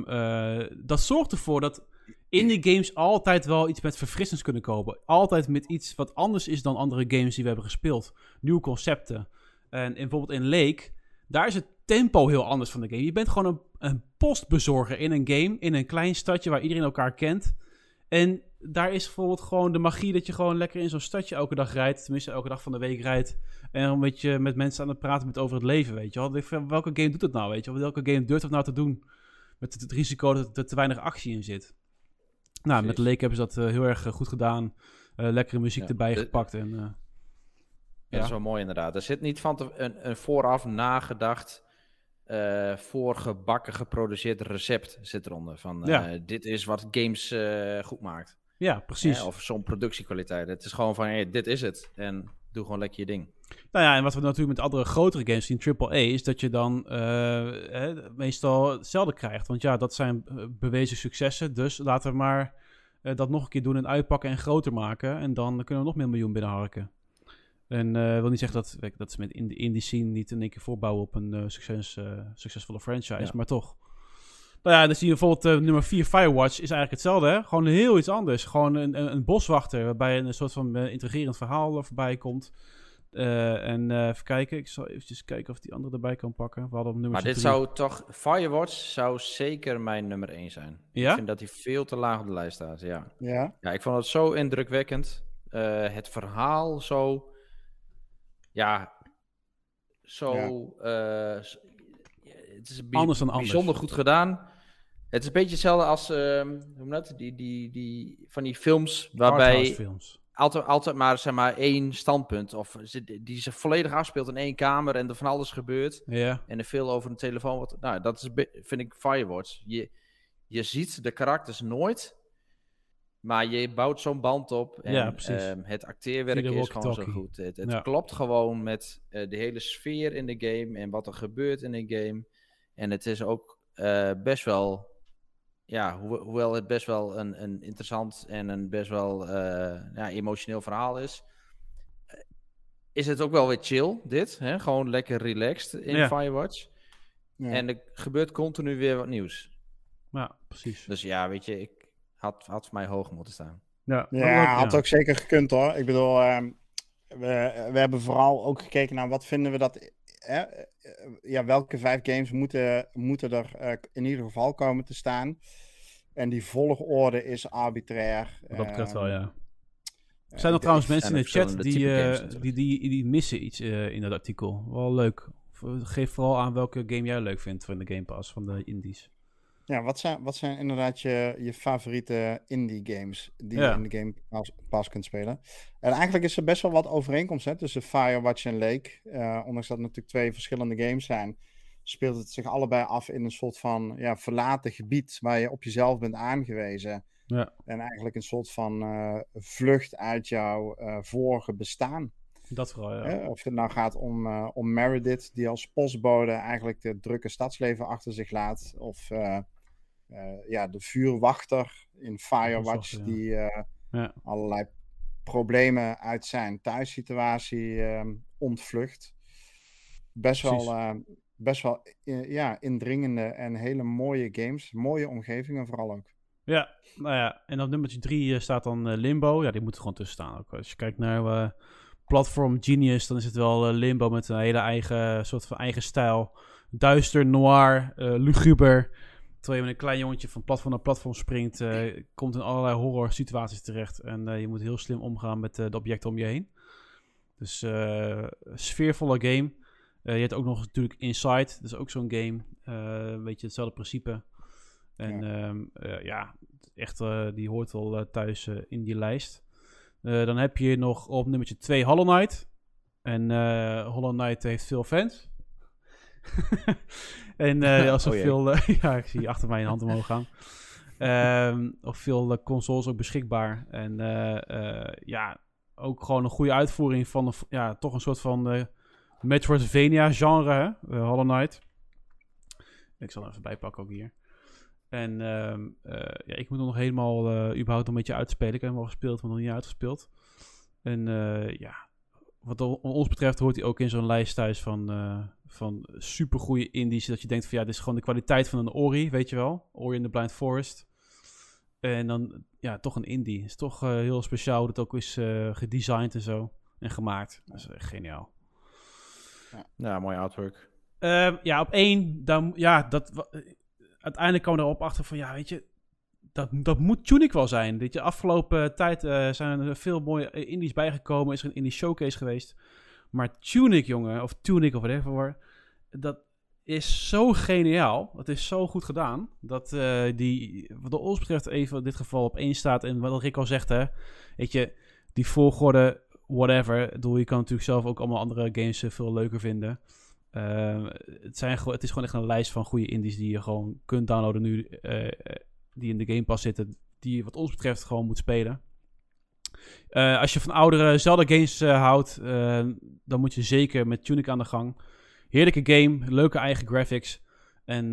dat zorgt ervoor dat indie games altijd wel iets met verfrissends kunnen kopen. Altijd met iets wat anders is dan andere games die we hebben gespeeld. Nieuwe concepten. En bijvoorbeeld in Lake, daar is het tempo heel anders van de game. Je bent gewoon een postbezorger in een game, in een klein stadje waar iedereen elkaar kent. En daar is bijvoorbeeld gewoon de magie dat je gewoon lekker in zo'n stadje elke dag rijdt. Tenminste, elke dag van de week rijdt. En een beetje met mensen aan het praten bent over het leven, weet je wel. Welke game doet het nou, weet je wel? Welke game durft het nou te doen? Met het risico dat er te weinig actie in zit. Nou, met Lake hebben ze dat heel erg goed gedaan. Lekkere muziek erbij gepakt en... Ja, dat is wel mooi inderdaad. Er zit niet van een vooraf nagedacht, voorgebakken, geproduceerd recept zit eronder. Van dit is wat games goed maakt. Ja, precies. Of zo'n productiekwaliteit. Het is gewoon van, dit is het. En doe gewoon lekker je ding. Nou ja, en wat we natuurlijk met andere grotere games zien, AAA, is dat je dan meestal hetzelfde krijgt. Want ja, dat zijn bewezen successen. Dus laten we maar dat nog een keer doen en uitpakken en groter maken. En dan kunnen we nog meer miljoen binnenharken. En wil niet zeggen dat ze met in de indie scene niet in één keer voorbouwen op een succesvolle franchise, maar toch. Nou ja, dan zie je bijvoorbeeld nummer 4, Firewatch, is eigenlijk hetzelfde, hè? Gewoon heel iets anders. Gewoon een boswachter, waarbij een soort van intrigerend verhaal voorbij komt. Even kijken, ik zal eventjes kijken of die andere erbij kan pakken. We hadden maar dit zou toch, Firewatch zou zeker mijn nummer 1 zijn. Ja? Ik vind dat hij veel te laag op de lijst staat, ja. Ja, ik vond het zo indrukwekkend. Het verhaal zo... Ja, het is bijzonder goed gedaan. Het is een beetje hetzelfde als die van die films waarbij altijd maar, zeg maar, één standpunt of die zich volledig afspeelt in één kamer en er van alles gebeurt. Ja. En er veel over een telefoon wordt. Nou, dat is, vind ik, Firewatch. Je ziet de karakters nooit. Maar je bouwt zo'n band op en het acteerwerk is gewoon zo goed. Het klopt gewoon met de hele sfeer in de game en wat er gebeurt in de game. En het is ook best wel, hoewel het best wel een interessant en een best wel emotioneel verhaal is het ook wel weer chill, dit. Hè? Gewoon lekker relaxed in Firewatch. Ja. En er gebeurt continu weer wat nieuws. Ja, precies. Dus ja, weet je, had voor mij hoog moeten staan. Had ook zeker gekund hoor. Ik bedoel, we hebben vooral ook gekeken naar wat vinden we dat... welke 5 games moeten er in ieder geval komen te staan. En die volgorde is arbitrair. Dat betreft wel, ja. Er zijn er trouwens mensen in de chat die missen iets in dat artikel. Wel leuk. Geef vooral aan welke game jij leuk vindt van de Game Pass, van de indies. Ja, wat zijn inderdaad je favoriete indie games die je in de Game Pass kunt spelen? En eigenlijk is er best wel wat overeenkomst tussen Firewatch en Lake. Ondanks dat het natuurlijk 2 verschillende games zijn, speelt het zich allebei af in een soort van verlaten gebied waar je op jezelf bent aangewezen. Ja. En eigenlijk een soort van vlucht uit jouw vorige bestaan. Dat vooral, ja. Of het nou gaat om Meredith, die als postbode eigenlijk het drukke stadsleven achter zich laat. Of de vuurwachter in Firewatch, die allerlei problemen uit zijn thuissituatie ontvlucht. Best wel indringende en hele mooie games. Mooie omgevingen vooral ook. Ja, nou ja. En op nummertje 3 staat dan Limbo. Ja, die moet er gewoon tussen staan ook. Als je kijkt naar Platform Genius, dan is het wel Limbo met een hele eigen soort van eigen stijl. Duister, noir, luguber. Terwijl je met een klein jongetje van platform naar platform springt, komt in allerlei horror situaties terecht. En je moet heel slim omgaan met de objecten om je heen. Dus sfeervolle game. Je hebt ook nog natuurlijk Inside. Dat is ook zo'n game. Een beetje hetzelfde principe. En echt, die hoort wel thuis in die lijst. Dan heb je nog op nummertje 2 Hollow Knight. En Hollow Knight heeft veel fans. En als er veel... ik zie achter mij een hand omhoog gaan. Of veel consoles ook beschikbaar. En ook gewoon een goede uitvoering van toch een soort van Metroidvania-genre, Hollow Knight. Ik zal er even bijpakken ook hier. En ik moet nog helemaal überhaupt een beetje uitspelen. Ik heb hem al gespeeld, maar nog niet uitgespeeld. En wat ons betreft hoort hij ook in zo'n lijst thuis van supergoeie indies. Dat je denkt van dit is gewoon de kwaliteit van een Ori, weet je wel. Ori in the Blind Forest. En dan toch een indie. Het is toch heel speciaal hoe het ook is gedesigned en zo. En gemaakt. Dat is echt geniaal. Ja, mooi artwork. Op 1, uiteindelijk kwam we erop achter van, weet je, dat moet Tunic wel zijn. Dit afgelopen tijd zijn er veel mooie indies bijgekomen. Is er een indie showcase geweest. Maar Tunic, jongen, of Tunic of whatever, dat is zo geniaal. Dat is zo goed gedaan. Dat wat ons betreft even in dit geval op 1 staat. En wat Rick al zegt, hè, weet je, die volgorde, whatever. Je kan natuurlijk zelf ook allemaal andere games veel leuker vinden. Het is gewoon echt een lijst van goede indies die je gewoon kunt downloaden nu, die in de Game Pass zitten, die je wat ons betreft gewoon moet spelen. Als je van oudere Zelda-games houdt, dan moet je zeker met Tunic aan de gang. Heerlijke game, leuke eigen graphics en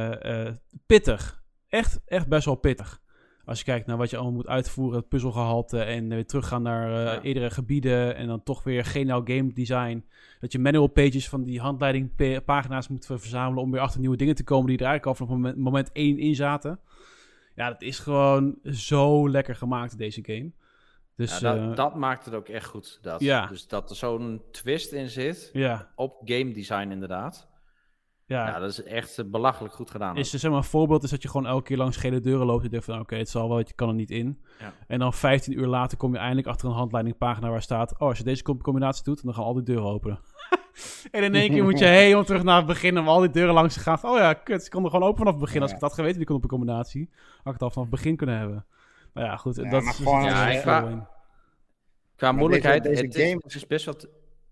pittig. Echt best wel pittig. Als je kijkt naar wat je allemaal moet uitvoeren, het puzzelgehalte en weer teruggaan naar eerdere gebieden en dan toch weer geniaal game design. Dat je manual pages van die handleidingpagina's moet verzamelen om weer achter nieuwe dingen te komen die er eigenlijk al van moment 1 in zaten. Ja, dat is gewoon zo lekker gemaakt, deze game. Dus, dat maakt het ook echt goed. Dus dat er zo'n twist in zit op game design inderdaad. Ja, dat is echt belachelijk goed gedaan. Een voorbeeld is dat je gewoon elke keer langs gele deuren loopt en denkt van oké, het zal wel, je kan er niet in. Ja. En dan 15 uur later kom je eindelijk achter een handleidingpagina waar staat, als je deze combinatie doet, dan gaan al die deuren openen. En in één keer moet je helemaal terug naar het begin om al die deuren langs te gaan. Oh ja, kut, ik kon er gewoon open vanaf het begin. Als ik dat had geweten, die kon op een combinatie, had ik het al vanaf het begin kunnen hebben. Nou ja, goed. Dat is gewoon... Qua moeilijkheid, het is best wel...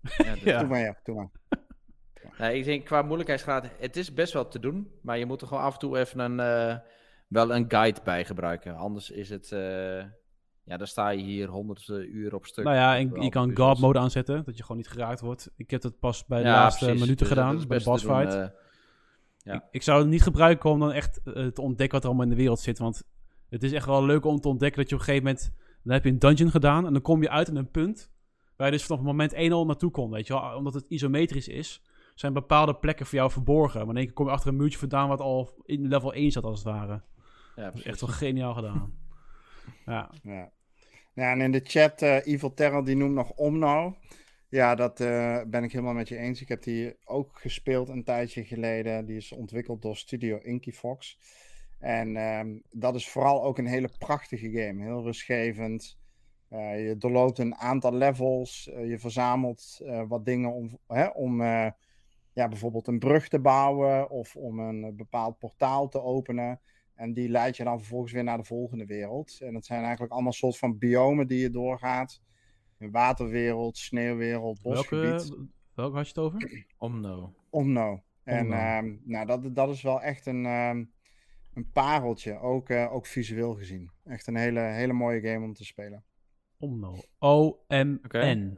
Doe maar. Nee, ik denk qua moeilijkheidsgraad, het is best wel te doen, maar je moet er gewoon af en toe even wel een guide bij gebruiken. Anders is het, dan sta je hier 100 uur op stuk. Nou ja, en je kan God mode aanzetten, dat je gewoon niet geraakt wordt. Ik heb dat pas bij de laatste minuten gedaan, bij de boss fight. Ik zou het niet gebruiken om dan echt te ontdekken wat er allemaal in de wereld zit, want het is echt wel leuk om te ontdekken dat je op een gegeven moment, dan heb je een dungeon gedaan en dan kom je uit in een punt waar je dus vanaf moment 1 al naartoe kon, weet je wel, omdat het isometrisch is. Zijn bepaalde plekken voor jou verborgen. Maar in één keer kom je achter een muurtje vandaan wat al in level 1 zat, als het ware. Ja, dat is echt wel geniaal gedaan. Ja, en in de chat, Evil Terror, die noemt nog Omno. Ja, dat ben ik helemaal met je eens. Ik heb die ook gespeeld een tijdje geleden. Die is ontwikkeld door Studio Inky Fox. En dat is vooral ook een hele prachtige game. Heel rustgevend. Je doorloopt een aantal levels. Je verzamelt wat dingen om bijvoorbeeld een brug te bouwen. Of om een bepaald portaal te openen. En die leidt je dan vervolgens weer naar de volgende wereld. En dat zijn eigenlijk allemaal soort van biomen die je doorgaat. Een waterwereld, sneeuwwereld, bosgebied. Welke had je het over? Omno. En dat is wel echt een pareltje, ook visueel gezien. Echt een hele mooie game om te spelen. Omno. O-M-N. Okay.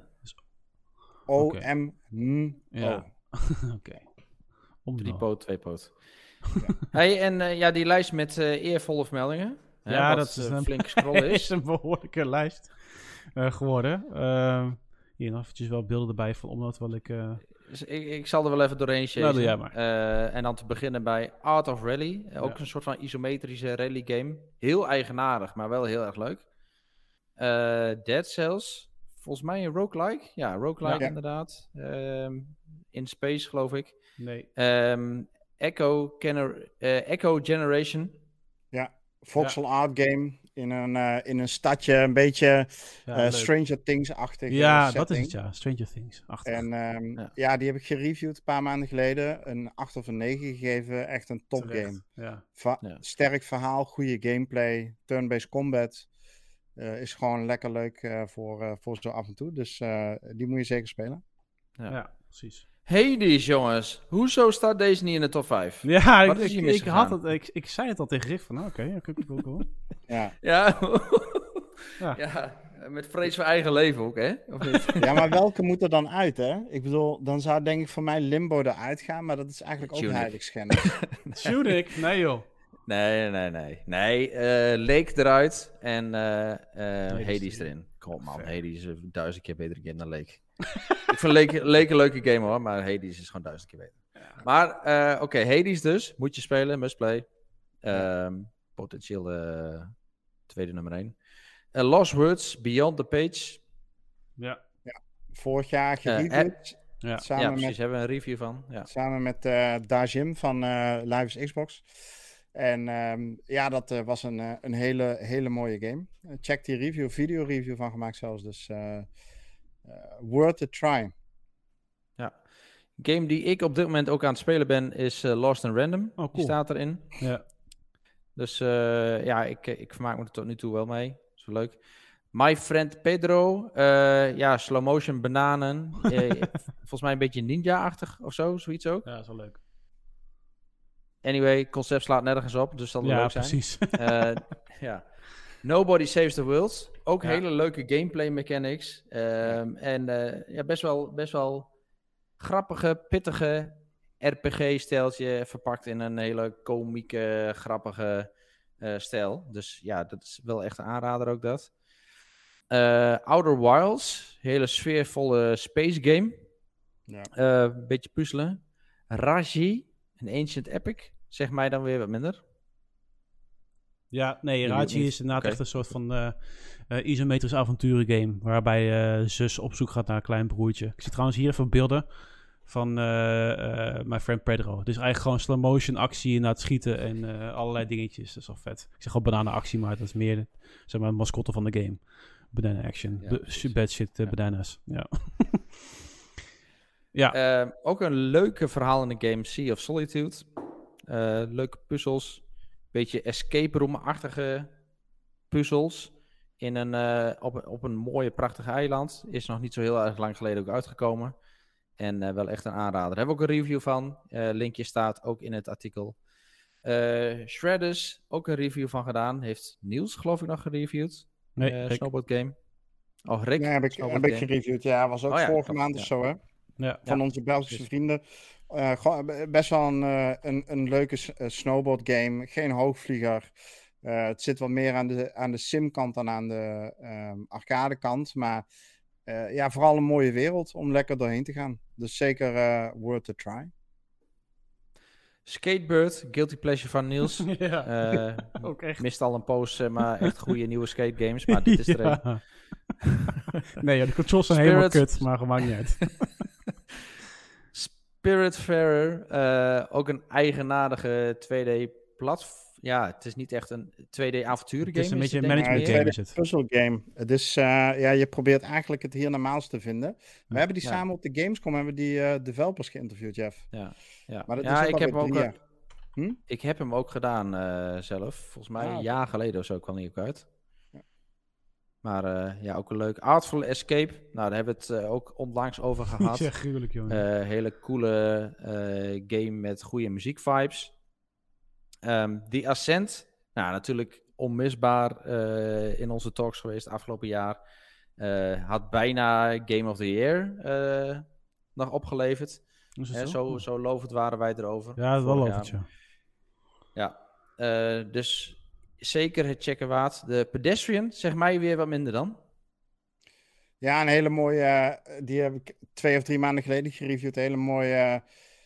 O-M-N-O. Ja. Oké. Omno. 3-poot, 2-poot. Ja. Hey, en die lijst met eervolle vermeldingen. Ja, dat is een flinke scroll is een behoorlijke lijst geworden. Hier nog eventjes wel beelden erbij van Omno, terwijl ik... Dus ik zal er wel even doorheen chasen. Nou, doe jij maar. En dan te beginnen bij Art of Rally. Ook een soort van isometrische rally game. Heel eigenaardig, maar wel heel erg leuk. Dead Cells. Volgens mij een roguelike. Ja, roguelike inderdaad. In Space, geloof ik. Nee. Echo Generation. Ja, voxel art game. In een stadje, een beetje Stranger Things-achtig. Ja, setting. Dat is het, ja. Stranger Things-achtig. En die heb ik gereviewd een paar maanden geleden. Een 8 of een 9 gegeven. Echt een topgame. Ja. Sterk verhaal, goede gameplay, turn-based combat. Is gewoon lekker leuk voor zo af en toe. Dus die moet je zeker spelen. Ja, precies. Hades, jongens. Hoezo staat deze niet in de top 5? Ja, ik zei het al tegen Rick van, oké, cool. Ja, met vrees voor eigen leven ook, hè? Of niet? Ja, maar welke moet er dan uit, hè? Ik bedoel, dan zou denk ik voor mij Limbo eruit gaan, maar dat is eigenlijk ook heiligschennis. Tunic? Nee, joh. Nee. Lake eruit en Hades erin. Kom op, man. Hades is 1000 keer betere game dan Lake. Ik vind Lake een leuke game, hoor, maar Hades is gewoon 1000 keer beter. Ja. Maar, oké, Hades dus. Moet je spelen, must play. Potentieel tweede nummer 1. Lost Words, Beyond the Page. Ja. Vorig jaar gereviewd. Precies. Hebben we een review van. Ja. Samen met Dajim van Live is Xbox. En dat was een hele mooie game. Check die review, video-review van gemaakt zelfs. Dus worth a try. Ja. Game die ik op dit moment ook aan het spelen ben is Lost in Random. Oh, cool. Die staat erin. Ja. Dus ik vermaak me er tot nu toe wel mee. Dat is wel leuk. My Friend Pedro. Slow motion bananen. Volgens mij een beetje ninja-achtig of zo. Zoiets ook. Ja, dat is wel leuk. Anyway, concept slaat nergens op, dus dat zal leuk zijn. Precies. Nobody Saves the World. Ook hele leuke gameplay mechanics. Best wel grappige, pittige RPG-stijltje verpakt in een hele komieke, grappige stijl. Dus ja, dat is wel echt een aanrader ook dat. Outer Wilds. Hele sfeervolle space game. Ja. Beetje puzzelen. Raji. Een Ancient Epic. Zeg mij dan weer wat minder. Ja, nee, Raji is inderdaad echt een soort van isometrisch avonturengame. Waarbij zus op zoek gaat naar een klein broertje. Ik zie trouwens hier even beelden van My Friend Pedro. Het is eigenlijk gewoon slow motion actie na het schieten en allerlei dingetjes. Dat is wel vet. Ik zeg gewoon bananenactie, maar dat is meer zeg maar, het mascotte van de game. Banana action. Bad shit bananas. Ja. Ja. Ook een leuke verhaal in de game, Sea of Solitude. Leuke puzzels. Beetje escape room-achtige puzzels. Op een mooie, prachtige eiland. Is nog niet zo heel erg lang geleden ook uitgekomen. En wel echt een aanrader. Daar hebben we ook een review van. Linkje staat ook in het artikel. Shredders, ook een review van gedaan. Heeft Niels, geloof ik, nog gereviewd. Snowboard game. Oh, Rick. Ja, heb ik gereviewd. Ja, was ook vorige maand of zo, hè? Ja. Van onze Belgische vrienden. Best wel een leuke snowboard game. Geen hoogvlieger. Het zit wat meer aan de sim-kant dan aan de arcade kant. Maar vooral een mooie wereld om lekker doorheen te gaan. Dus zeker worth a try. Skatebird, guilty pleasure van Niels. Ook echt. Mist al een poos, maar echt goede nieuwe skate games. Maar dit is er een. Nee, de controls zijn helemaal kut, maar gewoon maakt niet uit. Spiritfarer, ook een eigenaardige 2D het is niet echt een 2D avonturen game. Het is een beetje een denk ik management meer. game, is het. Puzzle game. Het is, je probeert eigenlijk het hiernamaals te vinden. We hebben die samen op de Gamescom, hebben die developers geïnterviewd, Jeff. Ja. Maar dat is ik heb hem ook... jaar. Ik heb hem ook gedaan zelf. Volgens mij een jaar geleden of zo kwam hij ook uit. Ja. Maar ook een leuk Artful Escape. Nou, daar hebben we het ook onlangs over gehad. Ja, gruwelijk, jongen. Hele coole game met goede muziekvibes. Die Ascent, nou natuurlijk onmisbaar in onze talks geweest afgelopen jaar. Had bijna Game of the Year nog opgeleverd. Zo lovend waren wij erover. Ja, wel lovend, ja. Ja, dus zeker het checken waard. De Pedestrian, zeg mij weer wat minder dan. Ja, een hele mooie, die heb ik 2 of 3 maanden geleden gereviewd. Een hele mooie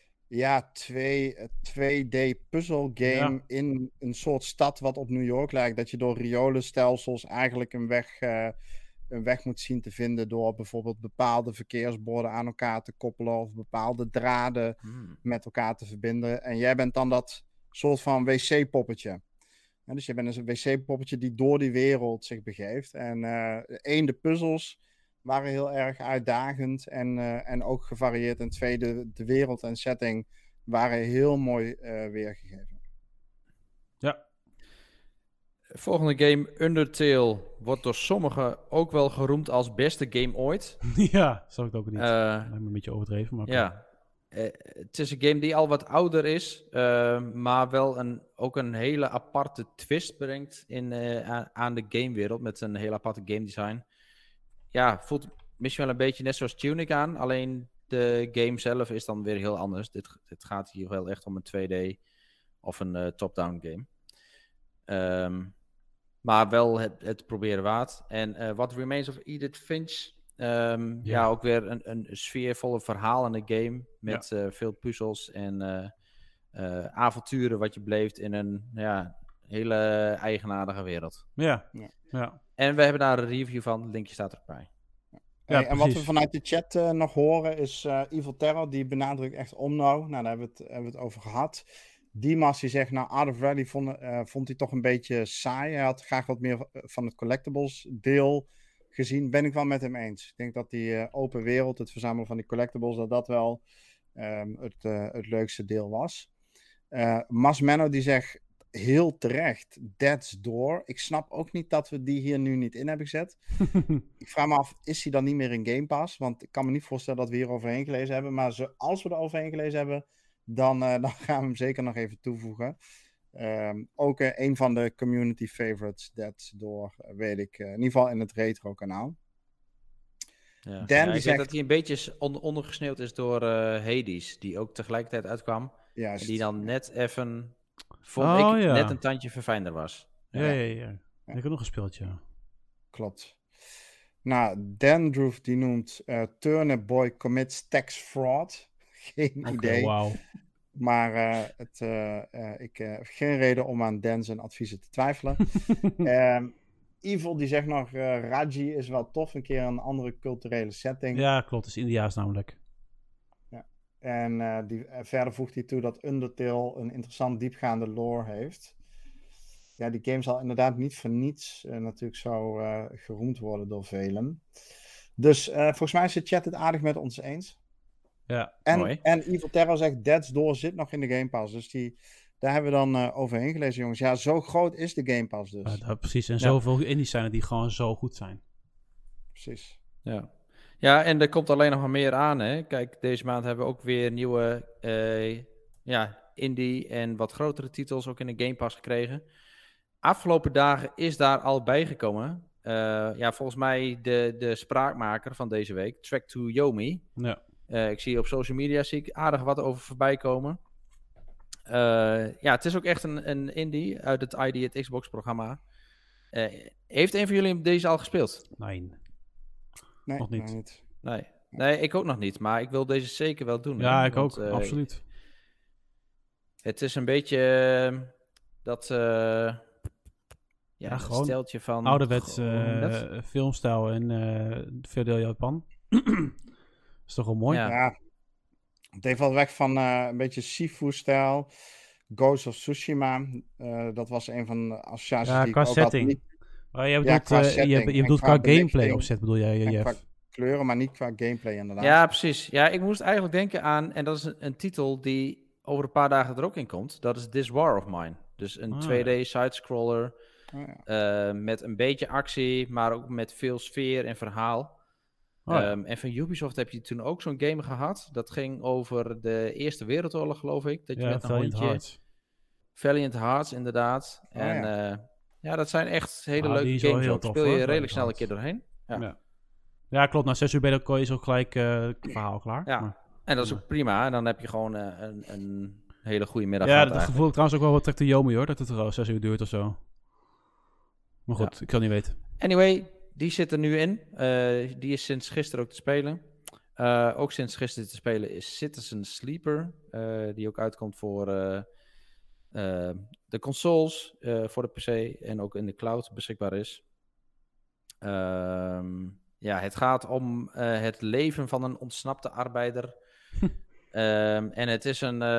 2D puzzle game in een soort stad wat op New York lijkt. Dat je door riolenstelsels eigenlijk een weg moet zien te vinden door bijvoorbeeld bepaalde verkeersborden aan elkaar te koppelen of bepaalde draden met elkaar te verbinden. En jij bent dan dat soort van wc-poppetje. Ja, dus je bent een wc-poppetje die door die wereld zich begeeft. En de puzzels waren heel erg uitdagend en ook gevarieerd. En 2, de wereld en setting waren heel mooi weergegeven. Ja. Volgende game, Undertale, wordt door sommigen ook wel geroemd als beste game ooit. Ja, zou ik het ook niet. Lijkt me een beetje overdreven, maar... Ja. Het is een game die al wat ouder is, maar wel ook een hele aparte twist brengt aan de gamewereld met een heel aparte game design. Ja, voelt misschien wel een beetje net zoals Tunic aan, alleen de game zelf is dan weer heel anders. Dit gaat hier wel echt om een 2D of een top-down game. Maar wel het proberen waard. En What Remains of Edith Finch... ook weer een sfeervolle verhalende game met veel puzzels en avonturen wat je beleeft in een hele eigenaardige wereld. Ja. En we hebben daar een review van, het linkje staat erbij. En wat we vanuit de chat nog horen is Evil Terror, die benadrukt echt Omno. Nou, daar hebben we het over gehad. Dimas die zegt, Art of Rally vond hij toch een beetje saai. Hij had graag wat meer van het collectibles deel gezien. Ben ik wel met hem eens. Ik denk dat die open wereld, het verzamelen van die collectibles, dat wel het leukste deel was. Mas Menno die zegt heel terecht, Death's Door. Ik snap ook niet dat we die hier nu niet in hebben gezet. Ik vraag me af, is die dan niet meer in Game Pass? Want ik kan me niet voorstellen dat we hier overheen gelezen hebben. Maar als we er overheen gelezen hebben, dan gaan we hem zeker nog even toevoegen. Ook een van de community favorites, Death's Door, weet ik. In ieder geval in het retro kanaal. Ja. Dan die zegt dat hij een beetje ondergesneeuwd is door Hades, die ook tegelijkertijd uitkwam. Juist. Die dan net even, net een tandje verfijnder was. Ja. Ik heb nog gespeeld, ja. Klopt. Nou, Dandroof die noemt Turnip Boy commits tax fraud. Geen idee. Wow. Maar ik heb geen reden om aan Dan zijn adviezen te twijfelen. Evil die zegt nog, Raji is wel tof, een keer een andere culturele setting. Ja, klopt. Het is Indiaas namelijk. Ja. En verder voegt hij toe dat Undertale een interessant diepgaande lore heeft. Ja, die game zal inderdaad niet voor niets natuurlijk zo geroemd worden door velen. Dus volgens mij is de chat het aardig met ons eens. Ja, mooi. En Evil Terror zegt, Death's Door zit nog in de Game Pass. Dus daar hebben we dan overheen gelezen, jongens. Ja, zo groot is de Game Pass dus. Precies, en zoveel indies zijn er die gewoon zo goed zijn. Precies. Ja, en er komt alleen nog maar meer aan, hè. Kijk, deze maand hebben we ook weer nieuwe indie en wat grotere titels ook in de Game Pass gekregen. Afgelopen dagen is daar al bijgekomen. Volgens mij de spraakmaker van deze week, Track to Yomi. Ja. Ik zie op social media aardig wat over voorbij komen. Het is ook echt een indie uit het ID, het Xbox-programma. Heeft een van jullie deze al gespeeld? Nee, nog niet. Nee, ik ook nog niet. Maar ik wil deze zeker wel doen. Ja, ik ook. Absoluut. Het is een beetje dat... gewoon steltje van... ouderwets filmstijl en veel deel Japan. Is toch wel mooi? Ja. Het heeft wel weg van een beetje Sifu-stijl. Ghost of Tsushima. Dat was een van de associaties die ik qua ook setting. had. Je bedoelt qua gameplay opzet, bedoel jij, Jeff? Qua kleuren, maar niet qua gameplay inderdaad. Ja, precies. Ja, ik moest eigenlijk denken aan, en dat is een titel die over een paar dagen er ook in komt. Dat is This War of Mine. Dus een 2D sidescroller met een beetje actie, maar ook met veel sfeer en verhaal. En van Ubisoft heb je toen ook zo'n game gehad. Dat ging over de Eerste Wereldoorlog, geloof ik. Dat je met een Valiant hondje... Hearts. Valiant Hearts, inderdaad. Dat zijn echt hele leuke games. Heel ook. tof, Speel je hoor, redelijk snel een Hearts. keer doorheen. Ja, klopt. Na 6 uur ben je is ook gelijk verhaal klaar. Ja, maar, en dat is ook prima. En dan heb je gewoon een hele goede middag ja, gehad dat gevoel ik trouwens ook wel wat trekt de Yomi, hoor. Dat het er 6 uur duurt of zo. Maar goed, ik kan niet weten. Anyway, die zit er nu in. Die is sinds gisteren ook te spelen. Ook sinds gisteren te spelen is Citizen Sleeper. Die ook uitkomt voor de consoles, voor de PC en ook in de cloud beschikbaar is. Het gaat om het leven van een ontsnapte arbeider. En het is een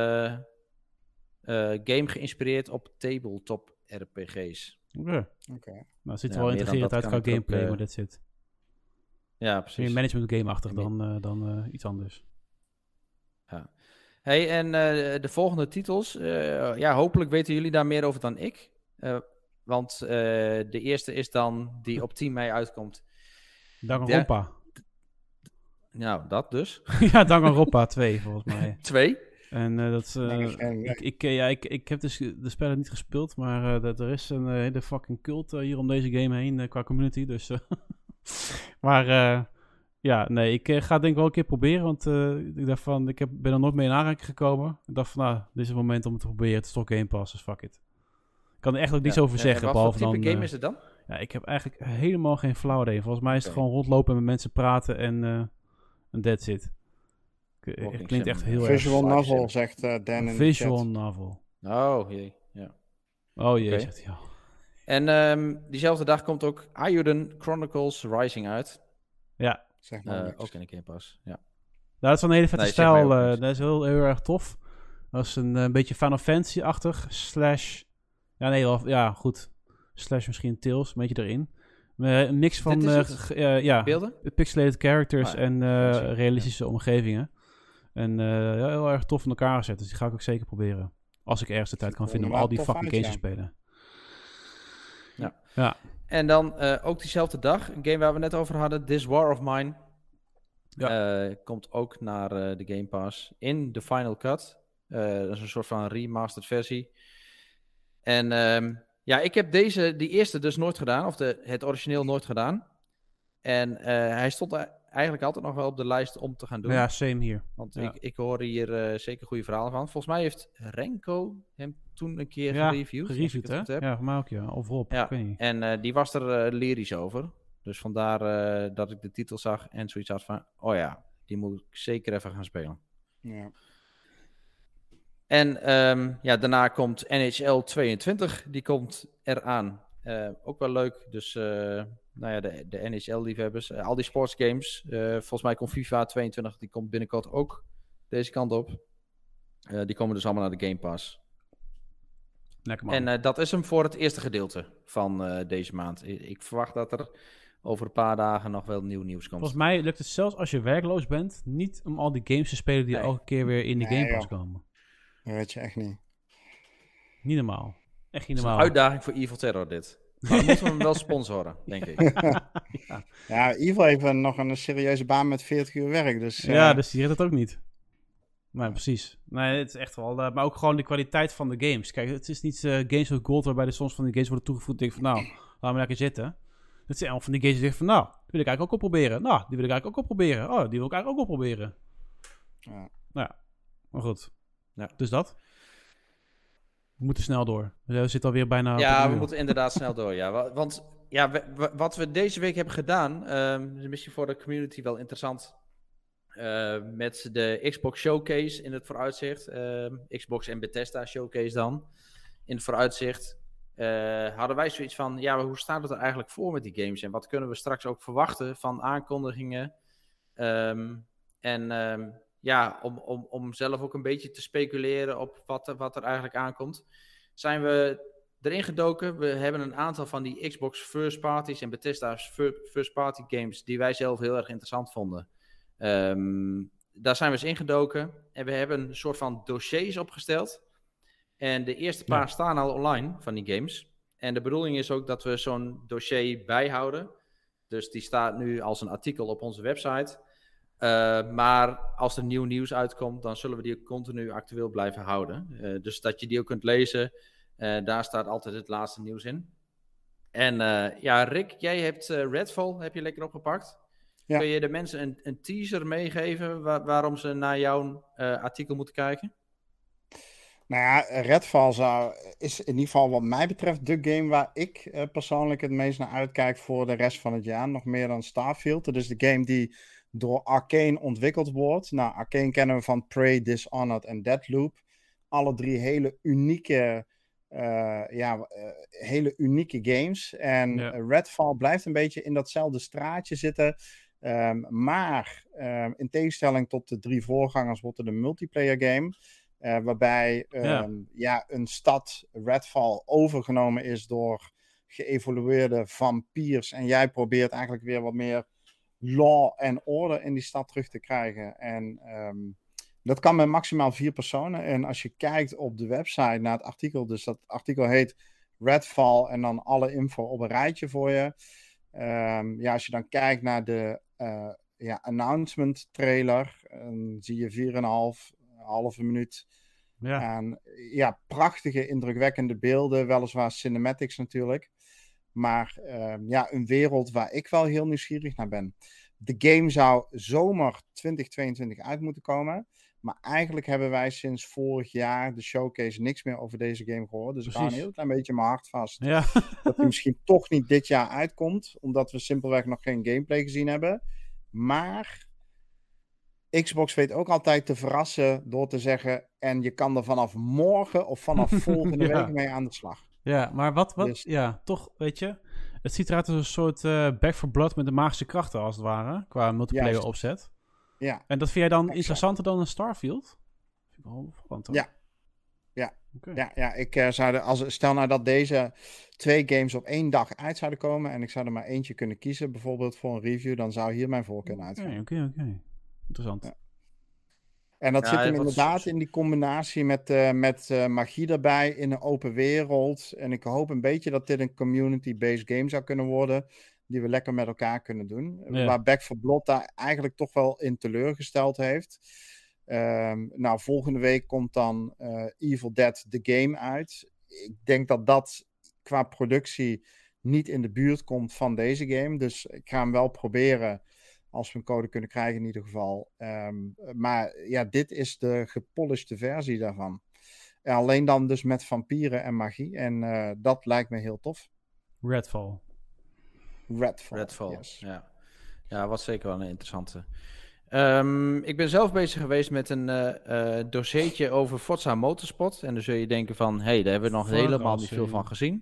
game geïnspireerd op tabletop RPG's. Oké. Nou, het ziet er wel meer intrigerend dan uit dat qua kan ik gameplay, ook, maar dat zit. Ja, precies. Meer management game-achtig dan iets anders. Ja. Hey, en de volgende titels. Hopelijk weten jullie daar meer over dan ik. Want de eerste is dan die op 10 mei uitkomt. Danganronpa. Nou, dat dus. Ja, Danganronpa 2 volgens mij. 2? En ik heb dus de spellen niet gespeeld, maar er is een hele fucking cult hier om deze game heen qua community. Dus, maar ik ga het denk ik wel een keer proberen, want ik dacht van, ben er nooit mee in aanraking gekomen. Ik dacht van, nou, dit is het moment om het te proberen. Het is toch Game Pass, dus fuck it. Ik kan er echt ook niets over zeggen. Wat voor type game is het dan? Ja, ik heb eigenlijk helemaal geen flauw idee. Volgens mij is het gewoon rondlopen en met mensen praten en that's it. Het klinkt echt heel erg... Visual novel, zegt Dan in de Visual chat. novel. Oh jee, ja. Oh jee, zegt hij al. En diezelfde dag komt ook Ayuden Chronicles Rising uit. Ja. Zeg maar ook in de Game Pass, ja. Dat is wel een hele vette Nee, stijl. Dat is heel erg tof. Dat is een beetje Final Fantasy-achtig. Goed. Slash misschien Tales, een beetje erin. Een mix van beelden? pixelated characters en realistische omgevingen. En heel erg tof in elkaar gezet. Dus die ga ik ook zeker proberen. Als ik ergens de tijd kan vinden om al die fucking games te spelen. Ja. En dan ook diezelfde dag, een game waar we net over hadden, This War of Mine. Komt ook naar de Game Pass in de Final Cut. Dat is een soort van remastered versie. En ik heb die eerste dus nooit gedaan, of het origineel nooit gedaan. En hij stond eigenlijk altijd nog wel op de lijst om te gaan doen. Ja, same hier. Want ik hoor hier zeker goede verhalen van. Volgens mij heeft Renko hem toen een keer gereviewd, hè? Ja, voor mij ook, ja. Of Rob, ik weet niet. En die was er lyrisch over. Dus vandaar dat ik de titel zag en zoiets had van... Oh ja, die moet ik zeker even gaan spelen. Ja. En daarna komt NHL 22. Die komt eraan. Ook wel leuk. Dus de NHL-liefhebbers. Al die sportsgames. Volgens mij komt FIFA 22. Die komt binnenkort ook deze kant op. Die komen dus allemaal naar de Game Pass. Lekker man. En dat is hem voor het eerste gedeelte van deze maand. Ik verwacht dat er over een paar dagen nog wel nieuw nieuws komt. Volgens mij lukt het zelfs als je werkloos bent niet om al die games te spelen die elke keer weer in de Game Pass komen. Dat weet je echt niet. Niet normaal. Echt niet normaal. Het is een uitdaging voor Evil Terror dit. Maar dan moeten we hem wel sponsoren, denk ik. Ja, Evil heeft nog een serieuze baan met 40 uur werk. Dus, ja, dus die redt het ook niet. Nee, precies. Nee, het is echt wel... maar ook gewoon de kwaliteit van de games. Kijk, het is niet Games of Gold waarbij er soms van die games worden toegevoegd. Denk van, nou, laten we lekker zitten. Het zijn al van die games die zeggen van, nou, die wil ik eigenlijk ook opproberen. Nou, die wil ik eigenlijk ook opproberen. Oh, die wil ik eigenlijk ook opproberen. Ja, maar goed. Ja. Dus dat. We moeten snel door. We zitten alweer bijna... Ja, we moeten inderdaad snel door, ja. Want wat we deze week hebben gedaan... is misschien voor de community wel interessant... met de Xbox Showcase in het vooruitzicht. Xbox en Bethesda Showcase dan. In het vooruitzicht. Hadden wij zoiets van... Ja, hoe staat het er eigenlijk voor met die games? En wat kunnen we straks ook verwachten van aankondigingen? om zelf ook een beetje te speculeren op wat er eigenlijk aankomt, zijn we erin gedoken. We hebben een aantal van die Xbox First Parties en Bethesda's First Party games die wij zelf heel erg interessant vonden. Daar zijn we eens ingedoken en we hebben een soort van dossiers opgesteld. En de eerste paar staan al online van die games. En de bedoeling is ook dat we zo'n dossier bijhouden. Dus die staat nu als een artikel op onze website. Maar als er nieuw nieuws uitkomt, dan zullen we die continu actueel blijven houden. Dus dat je die ook kunt lezen. Daar staat altijd het laatste nieuws in. En Rick, jij hebt Redfall heb je lekker opgepakt. Ja. Kun je de mensen een teaser meegeven waarom ze naar jouw artikel moeten kijken? Nou ja, Redfall is in ieder geval wat mij betreft de game waar ik persoonlijk het meest naar uitkijk voor de rest van het jaar. Nog meer dan Starfield. Dus de game die door Arcane ontwikkeld wordt. Nou, Arcane kennen we van Prey, Dishonored en Deathloop. Alle 3 hele unieke games. En Redfall blijft een beetje in datzelfde straatje zitten. Maar in tegenstelling tot de 3 voorgangers wordt het een multiplayer game. Waarbij een stad, Redfall, overgenomen is door geëvolueerde vampiers. En jij probeert eigenlijk weer wat meer law en order in die stad terug te krijgen. En dat kan met maximaal 4 personen. En als je kijkt op de website naar het artikel, dus dat artikel heet Redfall en dan alle info op een rijtje voor je. Als je dan kijkt naar de announcement trailer, zie je 4,5 minuut. En prachtige, indrukwekkende beelden, weliswaar cinematics natuurlijk. Maar een wereld waar ik wel heel nieuwsgierig naar ben. De game zou zomer 2022 uit moeten komen. Maar eigenlijk hebben wij sinds vorig jaar de showcase niks meer over deze game gehoord. Dus ik hou een heel klein beetje mijn hart vast. Ja. Dat hij misschien toch niet dit jaar uitkomt. Omdat we simpelweg nog geen gameplay gezien hebben. Maar Xbox weet ook altijd te verrassen door te zeggen... en je kan er vanaf morgen of vanaf volgende week mee aan de slag. Ja, maar wat dus, toch, weet je... Het ziet eruit als een soort Back 4 Blood met de magische krachten, als het ware. Qua multiplayer opzet. Ja. En dat vind jij dan interessanter dan een Starfield? Vind ik wel opvallend, hoor. Ja. Ik zou stel nou dat deze 2 games op 1 dag uit zouden komen... en ik zou er maar eentje kunnen kiezen, bijvoorbeeld voor een review... dan zou hier mijn voorkeur uitgaan. Oké. Interessant. Ja. En dat zit hem inderdaad in die combinatie met magie erbij in een open wereld. En ik hoop een beetje dat dit een community-based game zou kunnen worden. Die we lekker met elkaar kunnen doen. Ja. Waar Back 4 Blood daar eigenlijk toch wel in teleurgesteld heeft. Volgende week komt dan Evil Dead The Game uit. Ik denk dat qua productie niet in de buurt komt van deze game. Dus ik ga hem wel proberen... Als we een code kunnen krijgen in ieder geval. Maar dit is de gepolishte versie daarvan. En alleen dan dus met vampieren en magie. En dat lijkt me heel tof. Redfall, yes. Ja, wat zeker wel een interessante. Ik ben zelf bezig geweest met een dossiertje over Forza Motorsport. En dan zul je denken van... daar hebben we nog helemaal niet veel van gezien.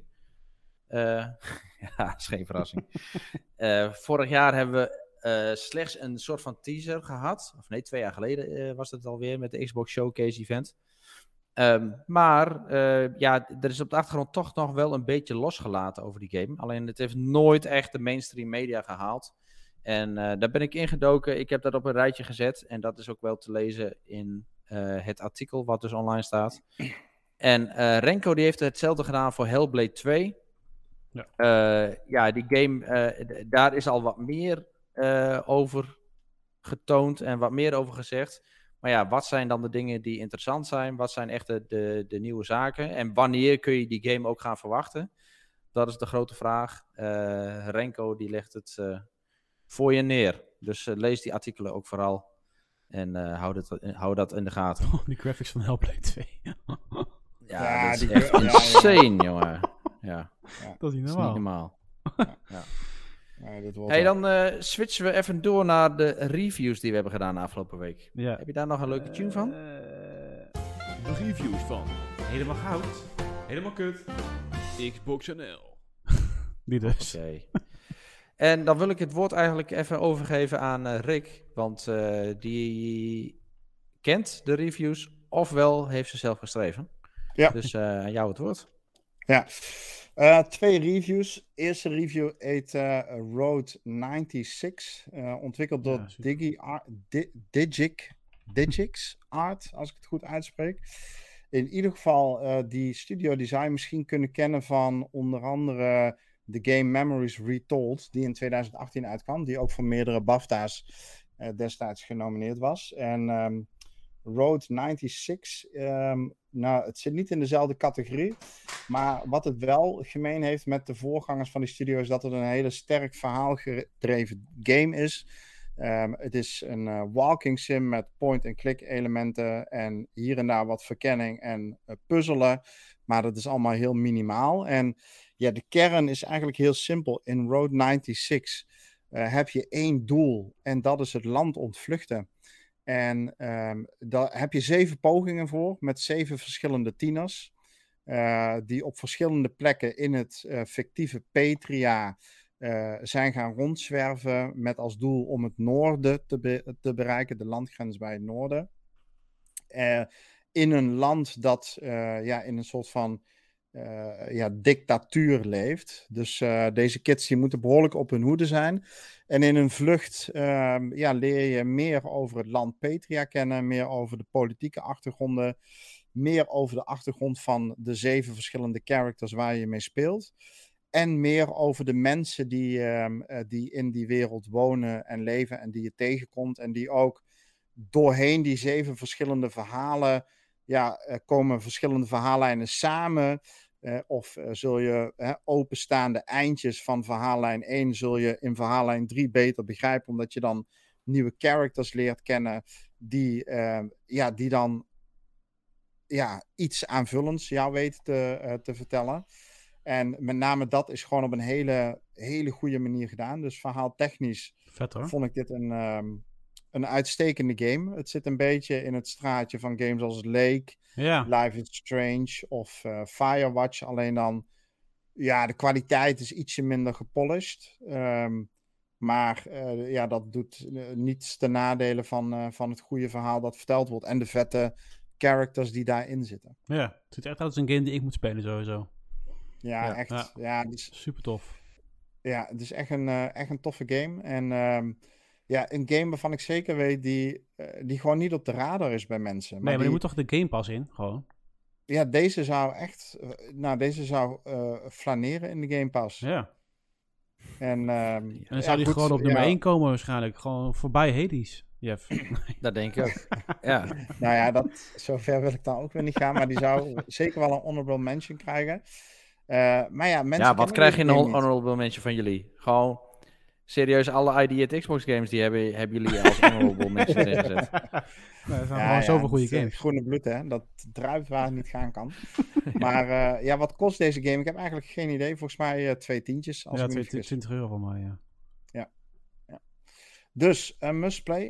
Dat is geen verrassing. Vorig jaar hebben we... slechts een soort van teaser gehad. Of nee, 2 jaar geleden was het alweer met de Xbox Showcase event. Er is op de achtergrond toch nog wel een beetje losgelaten over die game. Alleen het heeft nooit echt de mainstream media gehaald. En daar ben ik ingedoken. Ik heb dat op een rijtje gezet. En dat is ook wel te lezen in het artikel wat dus online staat. En Renko die heeft hetzelfde gedaan voor Hellblade 2. Die game, daar is al wat meer... over getoond en wat meer over gezegd. Maar wat zijn dan de dingen die interessant zijn? Wat zijn echt de nieuwe zaken? En wanneer kun je die game ook gaan verwachten? Dat is de grote vraag. Renko die legt het voor je neer. Dus lees die artikelen ook vooral. En hou dat in de gaten. Die graphics van Hellblade 2. Dat is echt insane, jongen. Ja. Dat is niet normaal. Ja. Dan switchen we even door naar de reviews die we hebben gedaan de afgelopen week. Ja. Heb je daar nog een leuke tune van? De reviews van Helemaal Goud, Helemaal Kut, Xbox NL. Die dus. Oké. En dan wil ik het woord eigenlijk even overgeven aan Rick. Want die kent de reviews, ofwel heeft ze zelf geschreven. Ja. Dus aan jou het woord. Ja. 2 reviews. Eerste review heet Road 96. Ontwikkeld door Digix Art, als ik het goed uitspreek. In ieder geval die studio die zou je misschien kunnen kennen van onder andere The Game Memories Retold, die in 2018 uitkwam, die ook voor meerdere BAFTA's destijds genomineerd was. En Road 96, nou, het zit niet in dezelfde categorie, maar wat het wel gemeen heeft met de voorgangers van die studio is dat het een hele sterk verhaalgedreven game is. Het is een walking sim met point-and-click elementen en hier en daar wat verkenning en puzzelen, maar dat is allemaal heel minimaal. En ja, de kern is eigenlijk heel simpel. In Road 96 heb je 1 doel en dat is het land ontvluchten. En daar heb je 7 pogingen voor met 7 verschillende tieners. Die op verschillende plekken in het fictieve Petria zijn gaan rondzwerven met als doel om het noorden te bereiken, de landgrens bij het noorden. In een land dat in een soort van dictatuur leeft. Dus deze kids die moeten behoorlijk op hun hoede zijn. En in een vlucht leer je meer over het land Petria kennen, meer over de politieke achtergronden, meer over de achtergrond van de 7 verschillende characters waar je mee speelt. En meer over de mensen die in die wereld wonen en leven en die je tegenkomt. En die ook doorheen die 7 verschillende verhalen, komen verschillende verhaallijnen samen. Of zul je openstaande eindjes van verhaallijn 1 zul je in verhaallijn 3 beter begrijpen. Omdat je dan nieuwe characters leert kennen die dan iets aanvullends jou weten te vertellen. En met name dat is gewoon op een hele, hele goede manier gedaan. Dus verhaaltechnisch vond ik dit een uitstekende game. Het zit een beetje in het straatje van games als Lake, Life is Strange of Firewatch. Alleen dan, de kwaliteit is ietsje minder gepolished. Maar dat doet niets ten nadele van het goede verhaal dat verteld wordt. En de vette characters die daarin zitten. Ja, het ziet echt uit als een game die ik moet spelen sowieso. Ja, echt. Ja, dus, super tof. Ja, het is echt een toffe game. En een game waarvan ik zeker weet die gewoon niet op de radar is bij mensen. Maar je moet toch de Game Pass in, gewoon? Ja, deze zou echt... flaneren in de Game Pass. Ja. En dan zou die gewoon op nummer 1 komen waarschijnlijk. Gewoon voorbij Hades, Jeff. Dat denk ik ook. Ja. Nou ja, zover wil ik dan ook weer niet gaan. Maar die zou zeker wel een honorable mention krijgen. Maar ja, mensen... Ja, wat krijg je in een honorable mention van jullie? Gewoon... Serieus, alle ID Xbox games die hebben jullie als honorable mention ingezet. Nee, er zijn gewoon zoveel goede games. Groene bloed, hè. Dat druipt waar het niet gaan kan. Maar wat kost deze game? Ik heb eigenlijk geen idee. Volgens mij 2 tientjes. Als €20 voor mij, ja. Dus, must play.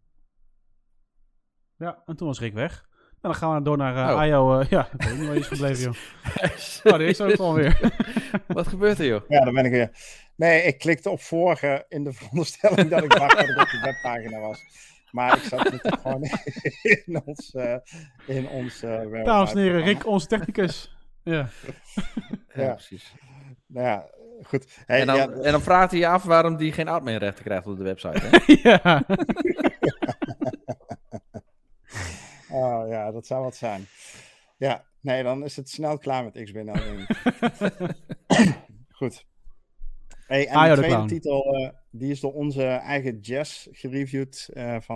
Ja, en toen was Rick weg. En dan gaan we door naar Ayo. Ik weet niet waar hij is gebleven, joh. Die is ook alweer. Wat gebeurt er, joh? Ja, daar ben ik weer. Nee, ik klikte op vorige in de veronderstelling dat ik dacht dat ik op de webpagina was. Maar ik zat natuurlijk gewoon in ons dames en heren, Rick, onze technicus. Ja, precies. Nou ja, goed. Hey, en dan vraagt hij je af waarom die geen adminrechten krijgt op de website, hè? Ja. Oh ja, dat zou wat zijn. Ja, nee, dan is het snel klaar met XBNL, denk ik. Goed. Hey, en de tweede titel, die is door onze eigen Jess gereviewd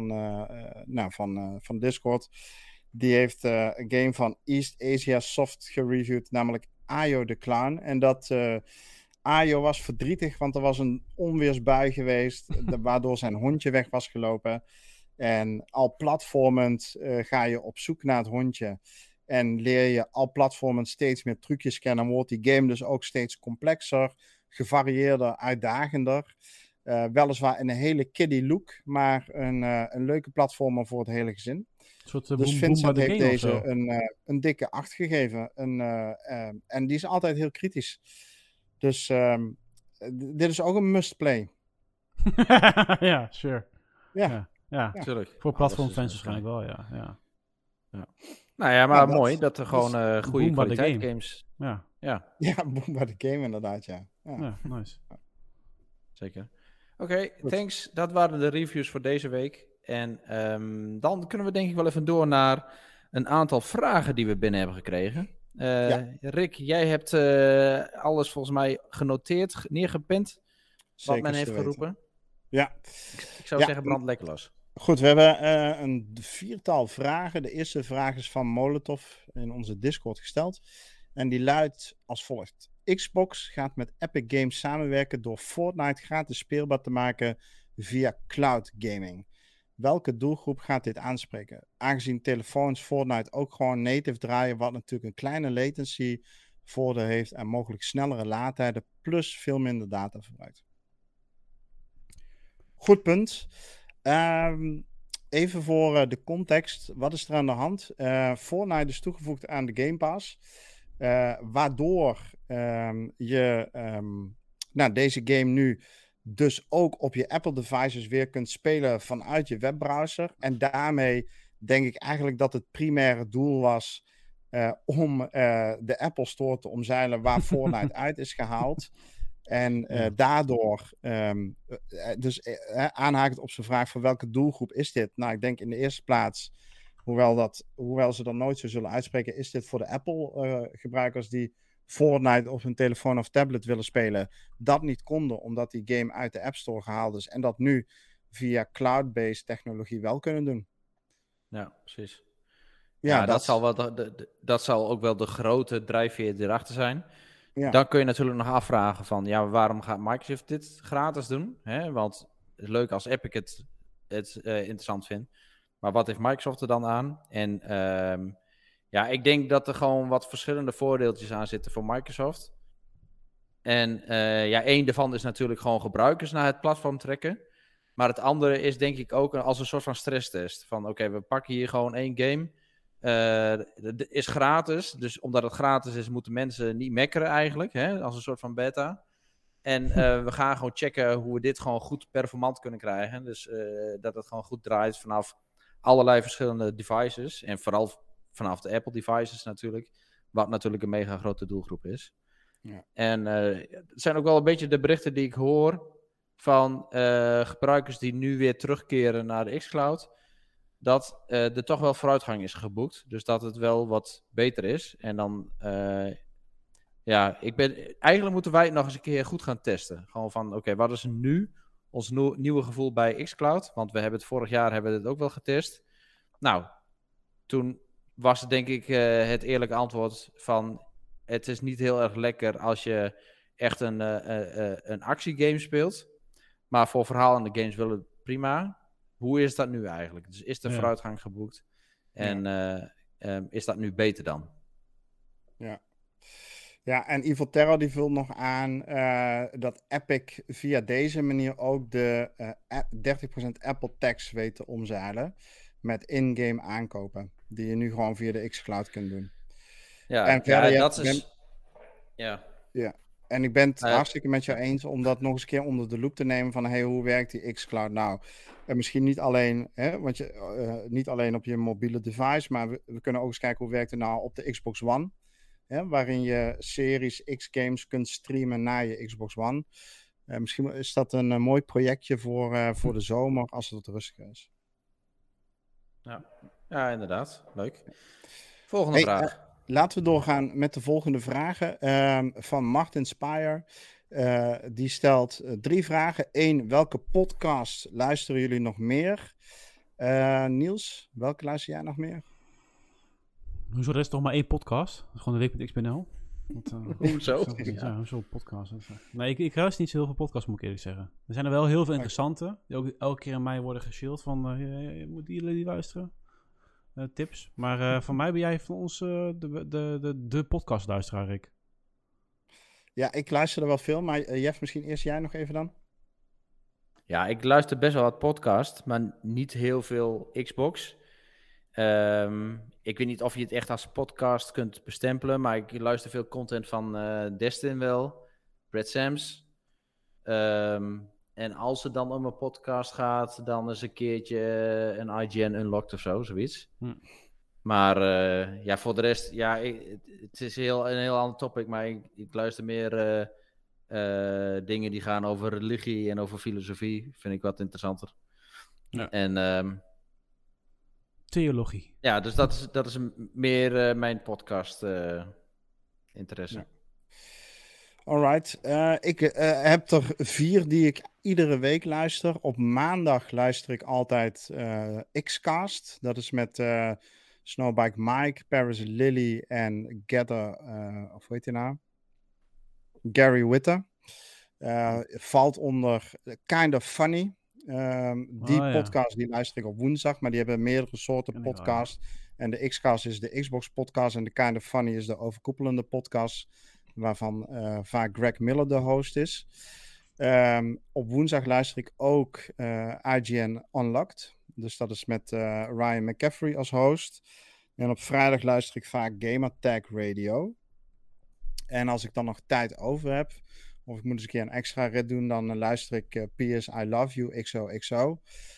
van Discord. Die heeft een game van East Asia Soft gereviewd, namelijk Ayo the Clown. En dat Ayo was verdrietig, want er was een onweersbui geweest, waardoor zijn hondje weg was gelopen. En al platformend ga je op zoek naar het hondje. En leer je al platformend steeds meer trucjes kennen. Wordt die game dus ook steeds complexer, gevarieerder, uitdagender. Weliswaar in een hele kiddie look, maar een leuke platformer voor het hele gezin. Dus Vincent heeft deze een dikke 8 gegeven. En die is altijd heel kritisch. Dus dit is ook een must play. Ja, sure. Ja. Ja, natuurlijk. voor platformfans waarschijnlijk wel, ja. Nou ja, maar mooi dat er gewoon goede kwaliteit game. games... Ja, Boom bij de game inderdaad, ja. nice. Zeker. Oké, thanks. Dat waren de reviews voor deze week. En dan kunnen we denk ik wel even door naar een aantal vragen die we binnen hebben gekregen. Rick, jij hebt alles volgens mij genoteerd, neergepend, wat men heeft geroepen. Ja. Ik zou zeggen, brand lekker los. Goed, we hebben een 4-tal vragen. De eerste vraag is van Molotov in onze Discord gesteld. En die luidt als volgt. Xbox gaat met Epic Games samenwerken door Fortnite gratis speelbaar te maken via cloud gaming. Welke doelgroep gaat dit aanspreken? Aangezien telefoons Fortnite ook gewoon native draaien, wat natuurlijk een kleine latency voordeel heeft en mogelijk snellere laadtijden plus veel minder dataverbruik. Goed punt. Even voor de context. Wat is er aan de hand? Fortnite is toegevoegd aan de Game Pass. Waardoor je deze game nu dus ook op je Apple devices weer kunt spelen vanuit je webbrowser. En daarmee denk ik eigenlijk dat het primaire doel was om de Apple Store te omzeilen waar Fortnite uit is gehaald. En daardoor, aanhakend op zijn vraag van welke doelgroep is dit? Nou, ik denk in de eerste plaats, hoewel ze dat nooit zo zullen uitspreken, is dit voor de Apple-gebruikers die Fortnite op hun telefoon of tablet willen spelen, dat niet konden, omdat die game uit de App Store gehaald is en dat nu via cloud-based technologie wel kunnen doen. Ja, precies. Ja, dat zal ook wel de grote drijfveer erachter zijn. Ja. Dan kun je natuurlijk nog afvragen van, waarom gaat Microsoft dit gratis doen? Hè? Want het is leuk als Epic het interessant vindt. Maar wat heeft Microsoft er dan aan? En ik denk dat er gewoon wat verschillende voordeeltjes aan zitten voor Microsoft. En één daarvan is natuurlijk gewoon gebruikers naar het platform trekken. Maar het andere is denk ik ook als een soort van stresstest. Van oké, we pakken hier gewoon één game. Het is gratis, dus omdat het gratis is, moeten mensen niet mekkeren eigenlijk, hè, als een soort van beta. En we gaan gewoon checken hoe we dit gewoon goed performant kunnen krijgen. Dus dat het gewoon goed draait vanaf allerlei verschillende devices. En vooral vanaf de Apple devices natuurlijk, wat natuurlijk een mega grote doelgroep is. Ja. En het zijn ook wel een beetje de berichten die ik hoor van gebruikers die nu weer terugkeren naar de xCloud, dat er toch wel vooruitgang is geboekt. Dus dat het wel wat beter is. En dan, eigenlijk moeten wij het nog eens een keer goed gaan testen. Gewoon van, oké, wat is nu ons nieuwe gevoel bij xCloud? Want we hebben het vorig jaar ook wel getest. Nou, toen was het denk ik het eerlijke antwoord van, het is niet heel erg lekker als je echt een actiegame speelt. Maar voor verhalende games wil het prima. Hoe is dat nu eigenlijk? Dus is er vooruitgang geboekt? En is dat nu beter dan? Ja, en Evil Terror die vult nog aan dat Epic via deze manier ook de 30% Apple tax weet te omzeilen met in-game aankopen. Die je nu gewoon via de xCloud kunt doen. Ja, en verder, dat is... Ja. En ik ben het hartstikke met jou eens om dat nog eens een keer onder de loep te nemen van hoe werkt die xCloud nou? En misschien niet alleen, niet alleen op je mobiele device, maar we kunnen ook eens kijken hoe werkt het nou op de Xbox One. Waarin je Series X games kunt streamen naar je Xbox One. Misschien is dat een mooi projectje voor de zomer als het rustiger is. Ja, inderdaad. Leuk. Volgende vraag. Laten we doorgaan met de volgende vragen van Martin Spire. Die stelt 3 vragen. 1. Welke podcast luisteren jullie nog meer? Niels, welke luister jij nog meer? Hoezo, er is toch maar 1 podcast? Dat is gewoon de week.xbnl. Hoezo? Ja, hoezo podcast? Nee, ik luister niet zo heel veel podcasts, moet ik eerlijk zeggen. Er zijn er wel heel veel interessante, die ook elke keer aan mij worden geshield van, je moet die luisteren. Tips. Maar van mij ben jij van ons de podcastluisteraar, Rick. Ja, ik luister er wel veel, maar Jeff, misschien eerst jij nog even dan? Ja, ik luister best wel wat podcast, maar niet heel veel Xbox. Ik weet niet of je het echt als podcast kunt bestempelen, maar ik luister veel content van Destin wel, Brad Sams. En als het dan om een podcast gaat, dan is een keertje een IGN Unlocked of zo, zoiets. Maar voor de rest, het is een heel ander topic, maar ik luister meer dingen die gaan over religie en over filosofie. Vind ik wat interessanter. Ja. En theologie. Ja, dus dat is meer mijn podcast interesse. Ja. Alright. Ik heb er 4 die ik iedere week luister. Op maandag luister ik altijd Xcast. Dat is met Snowbike Mike, Paris Lily en Gather, of hoe heet hij nou? Gary Witter. Valt onder Kind of Funny. Die podcast die luister ik op woensdag, maar die hebben meerdere soorten podcast. En de Xcast is de Xbox podcast en de Kind of Funny is de overkoepelende podcast, waarvan vaak Greg Miller de host is. Op woensdag luister ik ook IGN Unlocked. Dus dat is met Ryan McCaffrey als host. En op vrijdag luister ik vaak Gamertag Radio. En als ik dan nog tijd over heb, of ik moet eens een keer een extra rit doen, dan luister ik PS I Love You XOXO.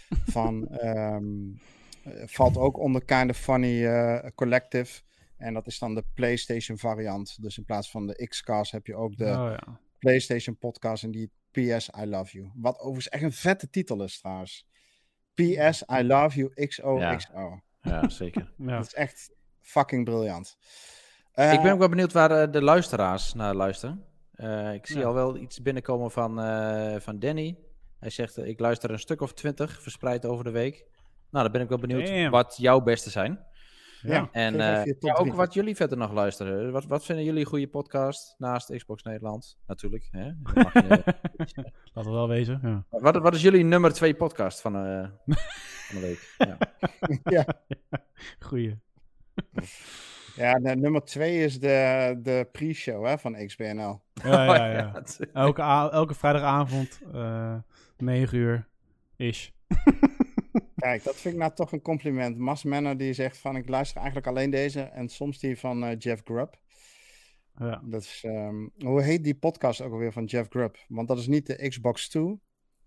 Valt ook onder Kind of Funny Collective. En dat is dan de PlayStation variant. Dus in plaats van de Xcast heb je ook de PlayStation podcast en die PS I Love You. Wat overigens echt een vette titel is trouwens. PS I Love You XOXO. Ja, zeker. Dat is echt fucking briljant. Ik ben ook wel benieuwd waar de luisteraars naar luisteren. Ik zie al wel iets binnenkomen van Danny. Hij zegt, ik luister een stuk of 20 verspreid over de week. Nou, dan ben ik wel benieuwd wat jouw beste zijn. Ja, en ook wat jullie verder nog luisteren. Wat vinden jullie een goede podcast naast Xbox Nederland? Natuurlijk. Hè? Laten we wel wezen. Ja. Wat is jullie nummer 2 podcast van de week? Ja. Goeie. Ja, nummer 2 is de pre-show van XBNL. Ja. Elke vrijdagavond, 9 uur is. Kijk, dat vind ik nou toch een compliment. Mas Manor die zegt van, ik luister eigenlijk alleen deze en soms die van Jeff Grubb. Ja. Dat is, hoe heet die podcast ook alweer van Jeff Grubb? Want dat is niet de Xbox 2.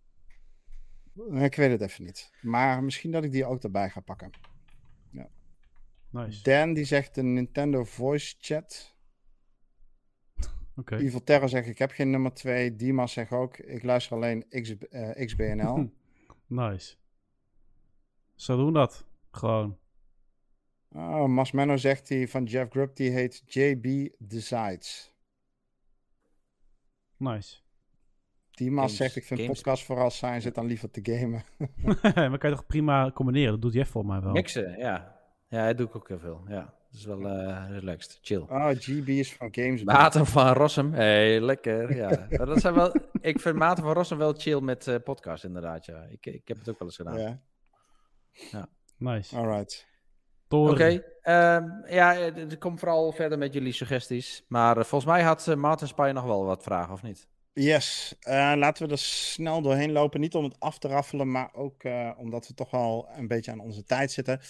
Ik weet het even niet. Maar misschien dat ik die ook erbij ga pakken. Ja. Nice. Dan die zegt de Nintendo Voice Chat. Okay. Evil Terror zegt, ik heb geen nummer 2. Dimas zegt ook, ik luister alleen XBNL. Nice. Zo doen we dat. Gewoon. Oh, Mas Menno zegt hij van Jeff Grubb, die heet JB Decides. Nice. Dimas zegt, ik vind podcast vooral saai, zit dan liever te gamen. Maar kan je toch prima combineren? Dat doet Jeff volgens mij wel. Mixen, ja. Ja, dat doe ik ook heel veel. Ja, dat is wel relaxed. Chill. Oh, GB is van Games. Maarten van Rossum. Hey, lekker. Ja. Dat zijn wel, ik vind Maarten van Rossum wel chill met podcast inderdaad. Ja. Ik heb het ook wel eens gedaan. Ja. Nice. Alright. Oké. Kom vooral verder met jullie suggesties. Maar volgens mij had Maarten Spanje nog wel wat vragen, of niet? Yes. Laten we er snel doorheen lopen. Niet om het af te raffelen, maar ook omdat we toch wel een beetje aan onze tijd zitten.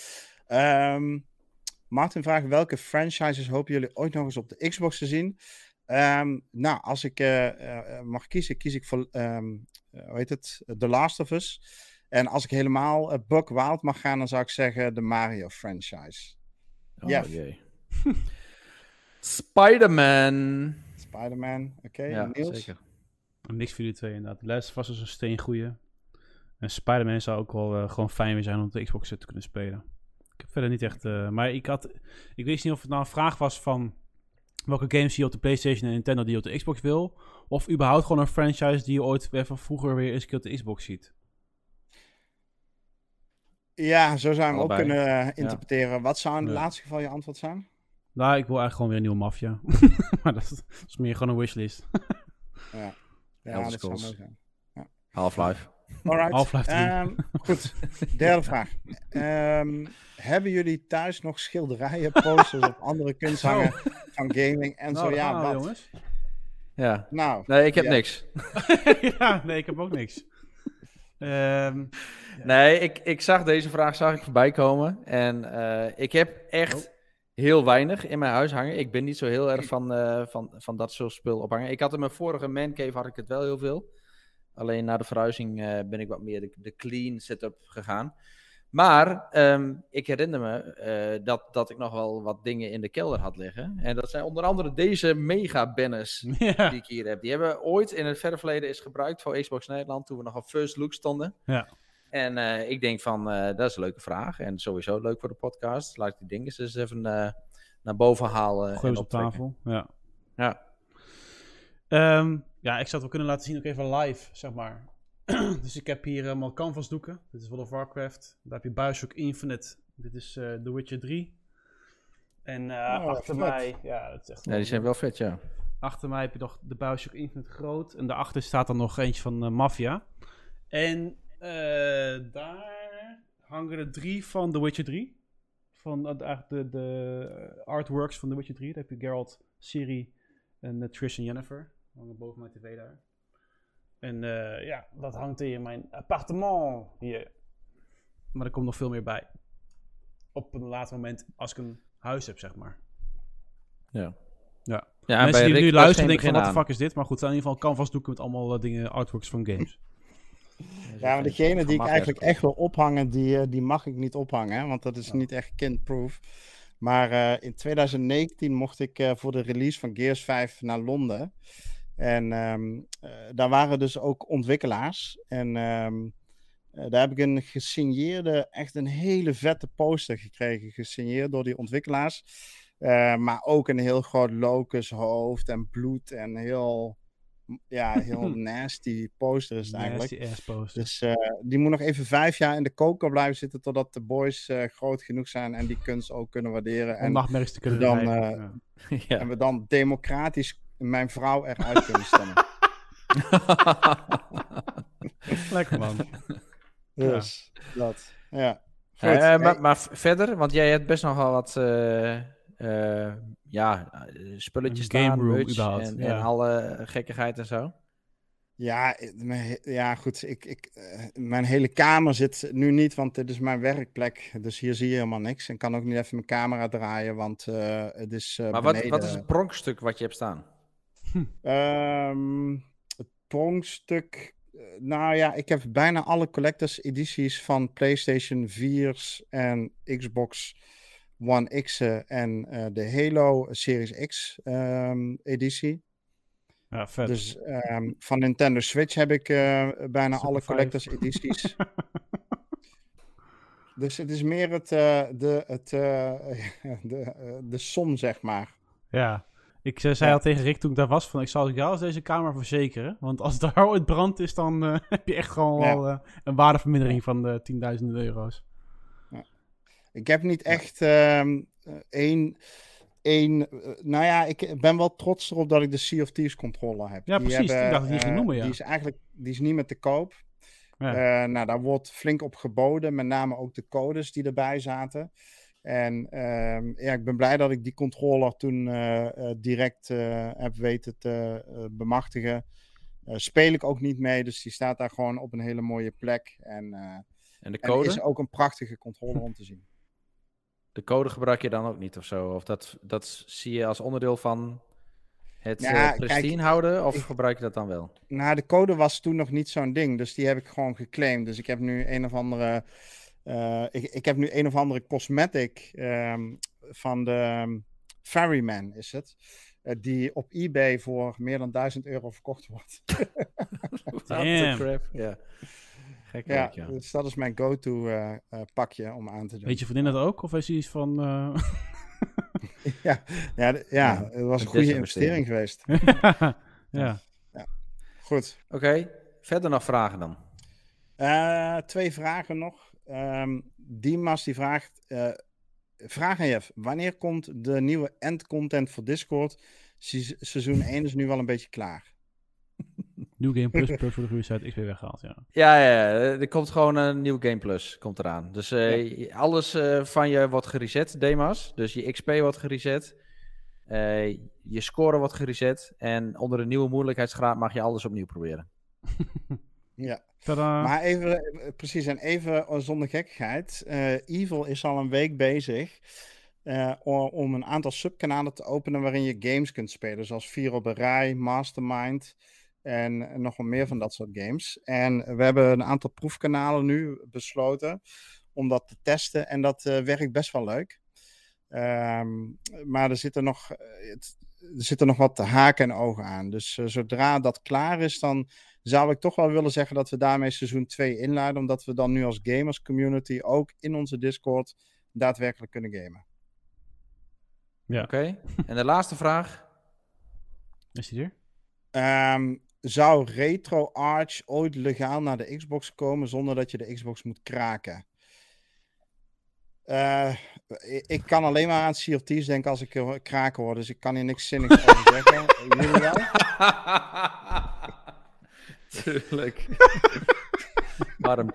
Martin vraagt, welke franchises hopen jullie ooit nog eens op de Xbox te zien? Nou, als ik mag kiezen, kies ik voor The Last of Us. En als ik helemaal buck wild mag gaan, dan zou ik zeggen de Mario franchise. Jee. Spider-Man, oké. Ja, Niels? zeker. Niks voor jullie twee inderdaad. De Last of Us is een steengoeie. En Spider-Man zou ook wel gewoon fijn weer zijn om op de Xbox te kunnen spelen. Ik heb verder niet echt... maar ik wist niet of het nou een vraag was van... welke games zie je op de PlayStation en Nintendo die je op de Xbox wil? Of überhaupt gewoon een franchise die je ooit weer van vroeger weer eens een keer op de Xbox ziet? Ja, zo zou je hem ook kunnen interpreteren. Ja. Wat zou in het laatste geval je antwoord zijn? Nou, ik wil eigenlijk gewoon weer een nieuwe Mafia. Maar dat is meer gewoon een wishlist. ja dat zou mooi zijn. Ja. Half-Life. Alright. Half-Life 3. Goed, derde vraag. Hebben jullie thuis nog schilderijen, posters of andere kunst hangen van gaming? En zo ja, wat? Jongens. Ja. Nou, nee, ik heb niks. Nee, ik heb ook niks. Nee, ik zag deze vraag voorbij komen. En ik heb echt heel weinig in mijn huis hangen. Ik ben niet zo heel erg van dat soort spul ophangen. Ik had in mijn vorige mancave had ik het wel heel veel. Alleen na de verhuizing ben ik wat meer de clean setup gegaan. Maar ik herinner me dat ik nog wel wat dingen in de kelder had liggen. En dat zijn onder andere deze mega banners die ik hier heb. Die hebben ooit in het verre verleden is gebruikt voor Xbox Nederland toen we nog op First Look stonden. Ja. En ik denk van, dat is een leuke vraag. En sowieso leuk voor de podcast. Laat ik die dingen eens even naar boven halen. Gooi ze op tafel, ja. Ja, ik zou het wel kunnen laten zien ook even live, zeg maar. Dus ik heb hier allemaal canvasdoeken. Dit is World of Warcraft. Daar heb je Bioshock Infinite. Dit is The Witcher 3. En achter mij... Ja, dat is echt die zijn wel vet, ja. Achter mij heb je nog de Bioshock Infinite groot. En daarachter staat dan nog eentje van Mafia. En daar hangen er 3 van The Witcher 3. Van de artworks van The Witcher 3. Daar heb je Geralt, Ciri en Trish en Yennefer. Hangen boven mijn tv daar. En dat hangt hier in mijn appartement hier. Maar er komt nog veel meer bij. Op een later moment als ik een huis heb, zeg maar. Ja. Mensen die nu luisteren denken van, wat de fuck is dit? Maar goed, het zijn in ieder geval canvasdoeken met allemaal dingen, artworks van games. Ja, maar degene die ik eigenlijk echt wil ophangen, die mag ik niet ophangen. Hè? Want dat is niet echt kindproof. Maar in 2019 mocht ik voor de release van Gears 5 naar Londen. En daar waren dus ook ontwikkelaars. En daar heb ik een gesigneerde, echt een hele vette poster gekregen. Gesigneerd door die ontwikkelaars. Maar ook een heel groot locushoofd en bloed en heel nasty poster is het eigenlijk. Nasty ass poster. Dus die moet nog even 5 jaar in de koker blijven zitten totdat de boys groot genoeg zijn en die kunst ook kunnen waarderen. Om nachtmerries te kunnen dan, en we dan democratisch mijn vrouw eruit kunnen stemmen. Lekker man. Dus, dat. Ja. Maar verder, want jij hebt best nogal wat spulletjes staan, merch en alle gekkigheid en zo. Ja, goed. Mijn hele kamer zit nu niet, want dit is mijn werkplek. Dus hier zie je helemaal niks. En kan ook niet even mijn camera draaien, want het is maar wat is het pronkstuk wat je hebt staan? Het pronkstuk... Nou ja, ik heb bijna alle collectors edities van PlayStation 4's en Xbox One X'en en de Halo Series X editie. Ja, vet. Dus van Nintendo Switch heb ik bijna Super alle 5. collectors edities. Dus het is meer de som, zeg maar. Ja. Ik zei al tegen Rick toen ik daar was van, ik zal jou als deze kamer verzekeren. Want als daar ooit brand is, dan heb je echt gewoon wel een waardevermindering van 10.000 euro's. Ja. Ik heb niet echt nou ja, ik ben wel trots erop dat ik de Sea of Thieves controller heb. Ja, precies. Ik dacht dat je die ging noemen, ja. Die is niet meer te koop. Ja. Nou, daar wordt flink op geboden. Met name ook de codes die erbij zaten. En ik ben blij dat ik die controller toen direct heb weten te bemachtigen. Speel ik ook niet mee, dus die staat daar gewoon op een hele mooie plek. En de code? En is ook een prachtige controller om te zien. De code gebruik je dan ook niet of zo? Of dat zie je als onderdeel van het pristine houden? Of gebruik je dat dan wel? Nou, de code was toen nog niet zo'n ding, dus die heb ik gewoon geclaimd. Dus ik heb nu een of andere... ik heb nu een of andere cosmetic van de Ferryman, is het. Die op eBay voor meer dan €1000 verkocht wordt. Damn. Ja. Gek ja, dus dat is mijn go-to pakje om aan te doen. Weet je vriendin dat ook? Of is hij iets van... het was een goede investering geweest. Ja. Goed. Oké, verder nog vragen dan? 2 vragen nog. Dimas die vraagt... vraag aan Jeff. Wanneer komt de nieuwe endcontent voor Discord? Seizoen 1 is nu wel een beetje klaar. New Game Plus voor de Ruurzijd XP weggehaald, ja. Ja, er komt gewoon een nieuw Game Plus komt eraan. Dus alles van je wordt gereset, Demas. Dus je XP wordt gereset. Je score wordt gereset. En onder een nieuwe moeilijkheidsgraad mag je alles opnieuw proberen. Ja. Tadaa. Maar even zonder gekkigheid. Evil is al een week bezig om een aantal subkanalen te openen waarin je games kunt spelen. Zoals 4 op een rij, Mastermind. En nog wel meer van dat soort games. En we hebben een aantal proefkanalen nu besloten om dat te testen. En dat werkt best wel leuk. Maar er zitten nog wat haken en ogen aan. Dus zodra dat klaar is, dan zou ik toch wel willen zeggen dat we daarmee seizoen 2 inluiden. Omdat we dan nu als gamers community ook in onze Discord daadwerkelijk kunnen gamen. Ja. Oké. En de laatste vraag. Is die er? Zou RetroArch ooit legaal naar de Xbox komen zonder dat je de Xbox moet kraken? Ik kan alleen maar aan Sea of Thieves denken als ik kraken hoor, dus ik kan hier niks zinnigs over zeggen. Jullie wel? Tuurlijk. Waarom?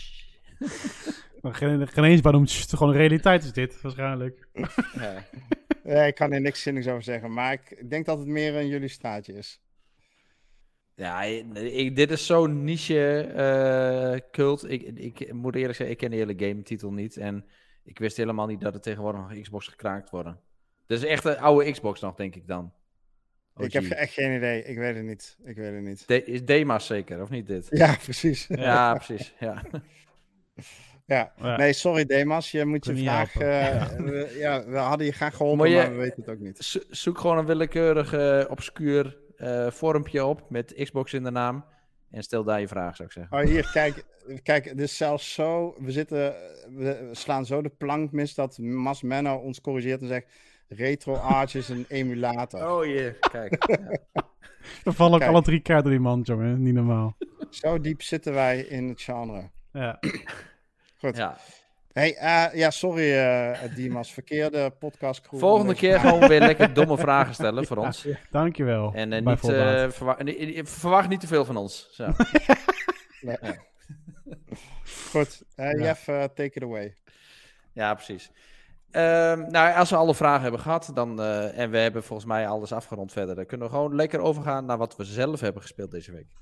Geen eens waarom, gewoon realiteit is dit, waarschijnlijk. Ja. Ja, ik kan hier niks zinnigs over zeggen, maar ik denk dat het meer in jullie straatje is. Ja, dit is zo'n niche cult. Ik moet eerlijk zeggen, ik ken de hele game-titel niet. En ik wist helemaal niet dat er tegenwoordig nog Xbox gekraakt worden. Dat is echt een oude Xbox nog, denk ik dan. OG. Ik heb echt geen idee. Ik weet het niet. Is Demas zeker, of niet dit? Ja, precies. Ja, precies. Ja. Ja. Nee, sorry Demas. Je moet je vraag... we hadden je graag geholpen, maar we weten het ook niet. Zoek gewoon een willekeurig obscuur forumpje op met Xbox in de naam. En stel daar je vraag, zou ik zeggen. Oh, hier, kijk, het is zelfs zo... We slaan zo de plank mis dat Mas Menno ons corrigeert en zegt... RetroArch is een emulator. Oh jee, kijk. Ja. We vallen ook alle 3 kaarten door die man, jongen. Niet normaal. Zo diep zitten wij in het genre. Ja. Goed. Ja. Hey, sorry Dimas, verkeerde podcastcrew. Volgende keer gewoon weer lekker domme vragen stellen voor ons. Dankjewel. En verwacht niet te veel van ons. Zo. Nee. Ja. Goed, Jeff, take it away. Ja, precies. Als we alle vragen hebben gehad, dan, en we hebben volgens mij alles afgerond verder, dan kunnen we gewoon lekker overgaan naar wat we zelf hebben gespeeld deze week.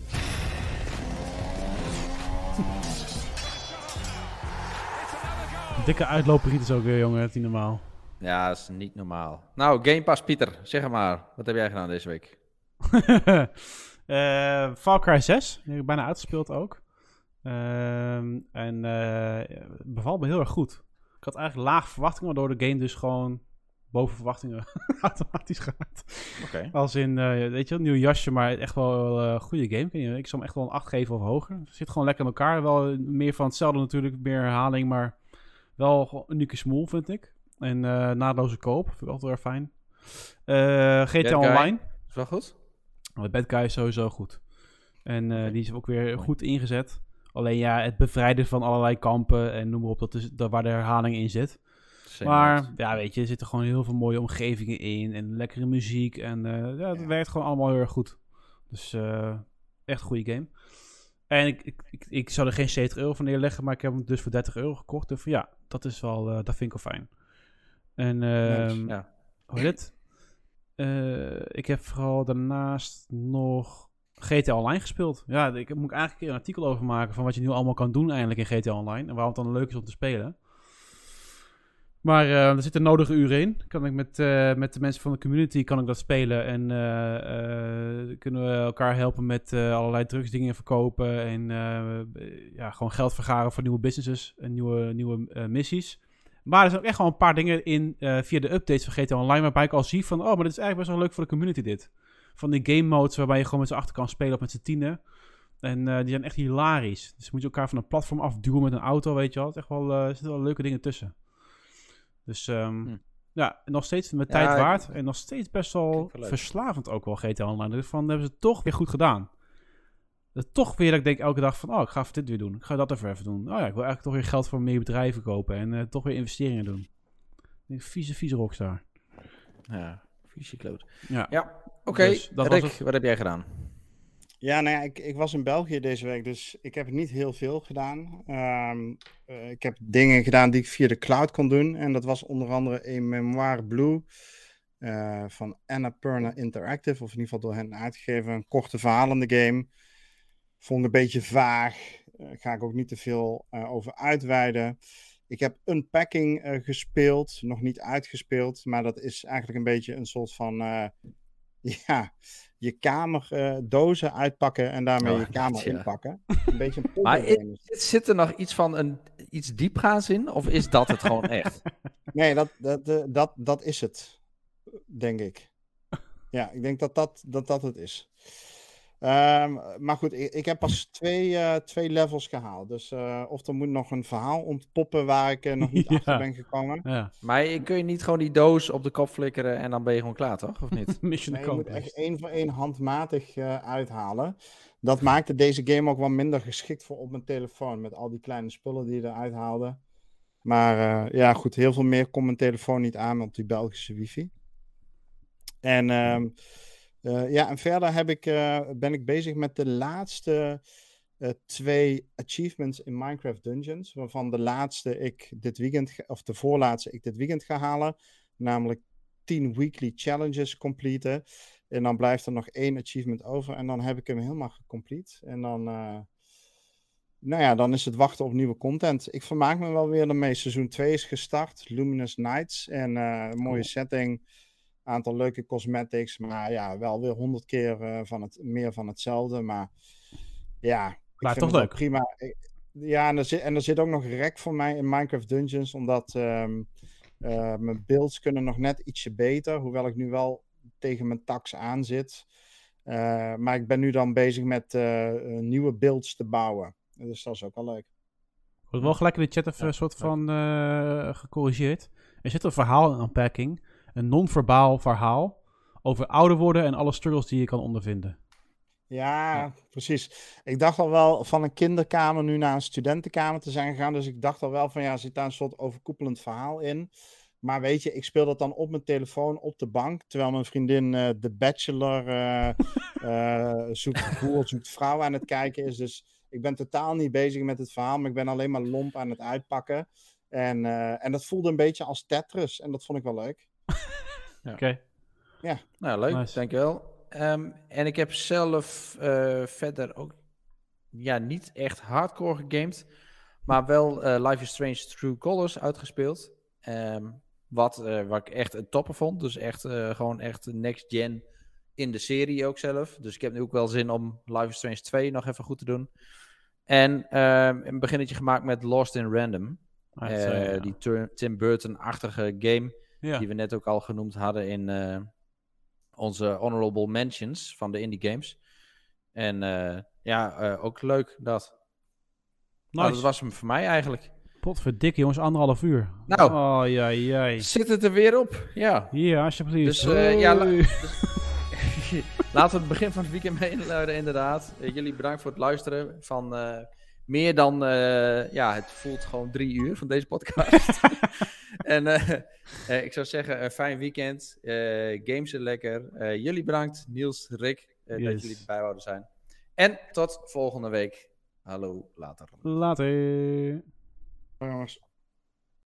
Dikke uitloper is ook weer, jongen. Het is niet normaal. Ja, dat is niet normaal. Nou, Game Pass, Pieter, zeg maar. Wat heb jij gedaan deze week? Far Cry 6. Die heb ik bijna uitgespeeld ook. Bevalt me heel erg goed. Ik had eigenlijk laag verwachtingen, waardoor de game dus gewoon boven verwachtingen automatisch gaat. Okay. Als in, weet je, een nieuw jasje, maar echt wel een goede game. Ik zou hem echt wel een 8 geven of hoger. Het zit gewoon lekker in elkaar. Wel meer van hetzelfde natuurlijk, meer herhaling, maar wel een unieke smoel, vind ik. En naadloze koop, vind ik altijd heel erg fijn. GTA Online. Is wel goed? De Bad Guy is sowieso goed. En die is ook weer goed ingezet. Alleen ja, het bevrijden van allerlei kampen en noem maar op, dat is waar de herhaling in zit. Maar ja, weet je, er zitten gewoon heel veel mooie omgevingen in en lekkere muziek. En het werkt gewoon allemaal heel erg goed. Dus echt een goede game. En ik zou er geen 70 euro van neerleggen, maar ik heb hem dus voor 30 euro gekocht. Dus ja, dat is wel, dat vind ik wel fijn. En hoe heet het? Ik heb vooral daarnaast nog GTA Online gespeeld. Ja, moet ik eigenlijk een keer een artikel over maken van wat je nu allemaal kan doen eigenlijk in GTA Online. En waarom het dan leuk is om te spelen. Maar er zitten nodige uren in. Kan ik met de mensen van de community kan ik dat spelen. En kunnen we elkaar helpen met allerlei drugsdingen verkopen. En gewoon geld vergaren voor nieuwe businesses en nieuwe missies. Maar er zijn ook echt gewoon een paar dingen in via de updates van GTA Online waarbij ik al zie van, maar dit is eigenlijk best wel leuk voor de community dit. Van die game modes waarbij je gewoon met z'n achter kan spelen of met z'n tienen. En die zijn echt hilarisch. Dus moet je elkaar van een platform afduwen met een auto, weet je wel. Het is echt wel, er zitten wel leuke dingen tussen. Dus nog steeds met tijd waard. En nog steeds best wel verslavend ook wel GTA Online. Dus van, hebben ze het toch weer goed gedaan. Toch weer dat ik denk elke dag van, ik ga even dit weer doen. Ik ga dat even doen. Ik wil eigenlijk toch weer geld voor meer bedrijven kopen. En toch weer investeringen doen. Vieze rockstar. Ja, vieze kloot. Ja. Oké, dus, Rick, wat heb jij gedaan? Ja, nou ja, ik was in België deze week, dus ik heb niet heel veel gedaan. Ik heb dingen gedaan die ik via de cloud kon doen. En dat was onder andere een Memoir Blue van Annapurna Interactive. Of in ieder geval door hen uitgegeven. Een korte verhalende game. Vond ik een beetje vaag. Ga ik ook niet te veel over uitweiden. Ik heb Unpacking gespeeld. Nog niet uitgespeeld. Maar dat is eigenlijk een beetje een soort van je kamer dozen uitpakken en daarmee je kamer inpakken. Een beetje een maar zit er nog iets van iets diepgaans in? Of is dat het gewoon echt? Nee, dat is het. Denk ik. Ja, ik denk dat het is. Maar goed, ik heb pas twee levels gehaald. Dus of er moet nog een verhaal ontpoppen waar ik nog niet achter ben gekomen. Ja. Maar kun je niet gewoon die doos op de kop flikkeren en dan ben je gewoon klaar, toch? Of niet? Nee, je moet echt 1 voor 1 handmatig uithalen. Dat maakte deze game ook wel minder geschikt voor op mijn telefoon. Met al die kleine spullen die je eruit haalde. Maar ja, goed, heel veel meer kon mijn telefoon niet aan op die Belgische wifi. En en verder ben ik bezig met de laatste 2 achievements in Minecraft Dungeons. Waarvan de laatste de voorlaatste ik dit weekend ga halen. Namelijk 10 weekly challenges completen. En dan blijft er nog 1 achievement over. En dan heb ik hem helemaal gecomplete. En dan, dan is het wachten op nieuwe content. Ik vermaak me wel weer ermee. Seizoen 2 is gestart. Luminous Nights. En een mooie setting. Aantal leuke cosmetics. Maar ja, wel weer 100 keer meer van hetzelfde. Maar ja, ik vind toch het leuk. Prima. En er zit ook nog rek voor mij in Minecraft Dungeons. Omdat mijn builds kunnen nog net ietsje beter. Hoewel ik nu wel tegen mijn tax aan zit. Maar ik ben nu dan bezig met nieuwe builds te bouwen. Dus dat is ook wel leuk. Wordt wel gelijk in de chat even een soort van gecorrigeerd. Er zit een verhaal in Unpacking. Een non-verbaal verhaal over ouder worden en alle struggles die je kan ondervinden. Ja, precies. Ik dacht al wel van een kinderkamer nu naar een studentenkamer te zijn gegaan. Dus ik dacht al wel van ja, zit daar een soort overkoepelend verhaal in. Maar weet je, ik speel dat dan op mijn telefoon op de bank. Terwijl mijn vriendin The Bachelor zoekt vrouw aan het kijken is. Dus ik ben totaal niet bezig met het verhaal. Maar ik ben alleen maar lomp aan het uitpakken. En dat voelde een beetje als Tetris. En dat vond ik wel leuk. Ja. Oké. Ja. Nou, leuk. Nice. Dankjewel. En ik heb zelf verder ook niet echt hardcore gegamed. Maar wel Life is Strange True Colors uitgespeeld. Wat ik echt een topper vond. Dus echt gewoon echt next gen in de serie ook zelf. Dus ik heb nu ook wel zin om Life is Strange 2 nog even goed te doen. En een beginnetje gemaakt met Lost in Random. Die Tim Burton-achtige game. Ja. Die we net ook al genoemd hadden in onze honorable mentions van de indie games. En ook leuk dat. Nice. Nou, dat was hem voor mij eigenlijk. Potverdikke jongens, 1,5 uur. Nou, zit het er weer op? Ja. Ja, alsjeblieft. Dus laten we het begin van het weekend mee inluiden, inderdaad. Jullie bedankt voor het luisteren van meer dan, het voelt gewoon 3 uur van deze podcast. En ik zou zeggen, een fijn weekend. Games er lekker. Jullie bedankt, Niels, Rick, dat jullie erbij wouden zijn. En tot volgende week. Hallo, later. Later. Jongens.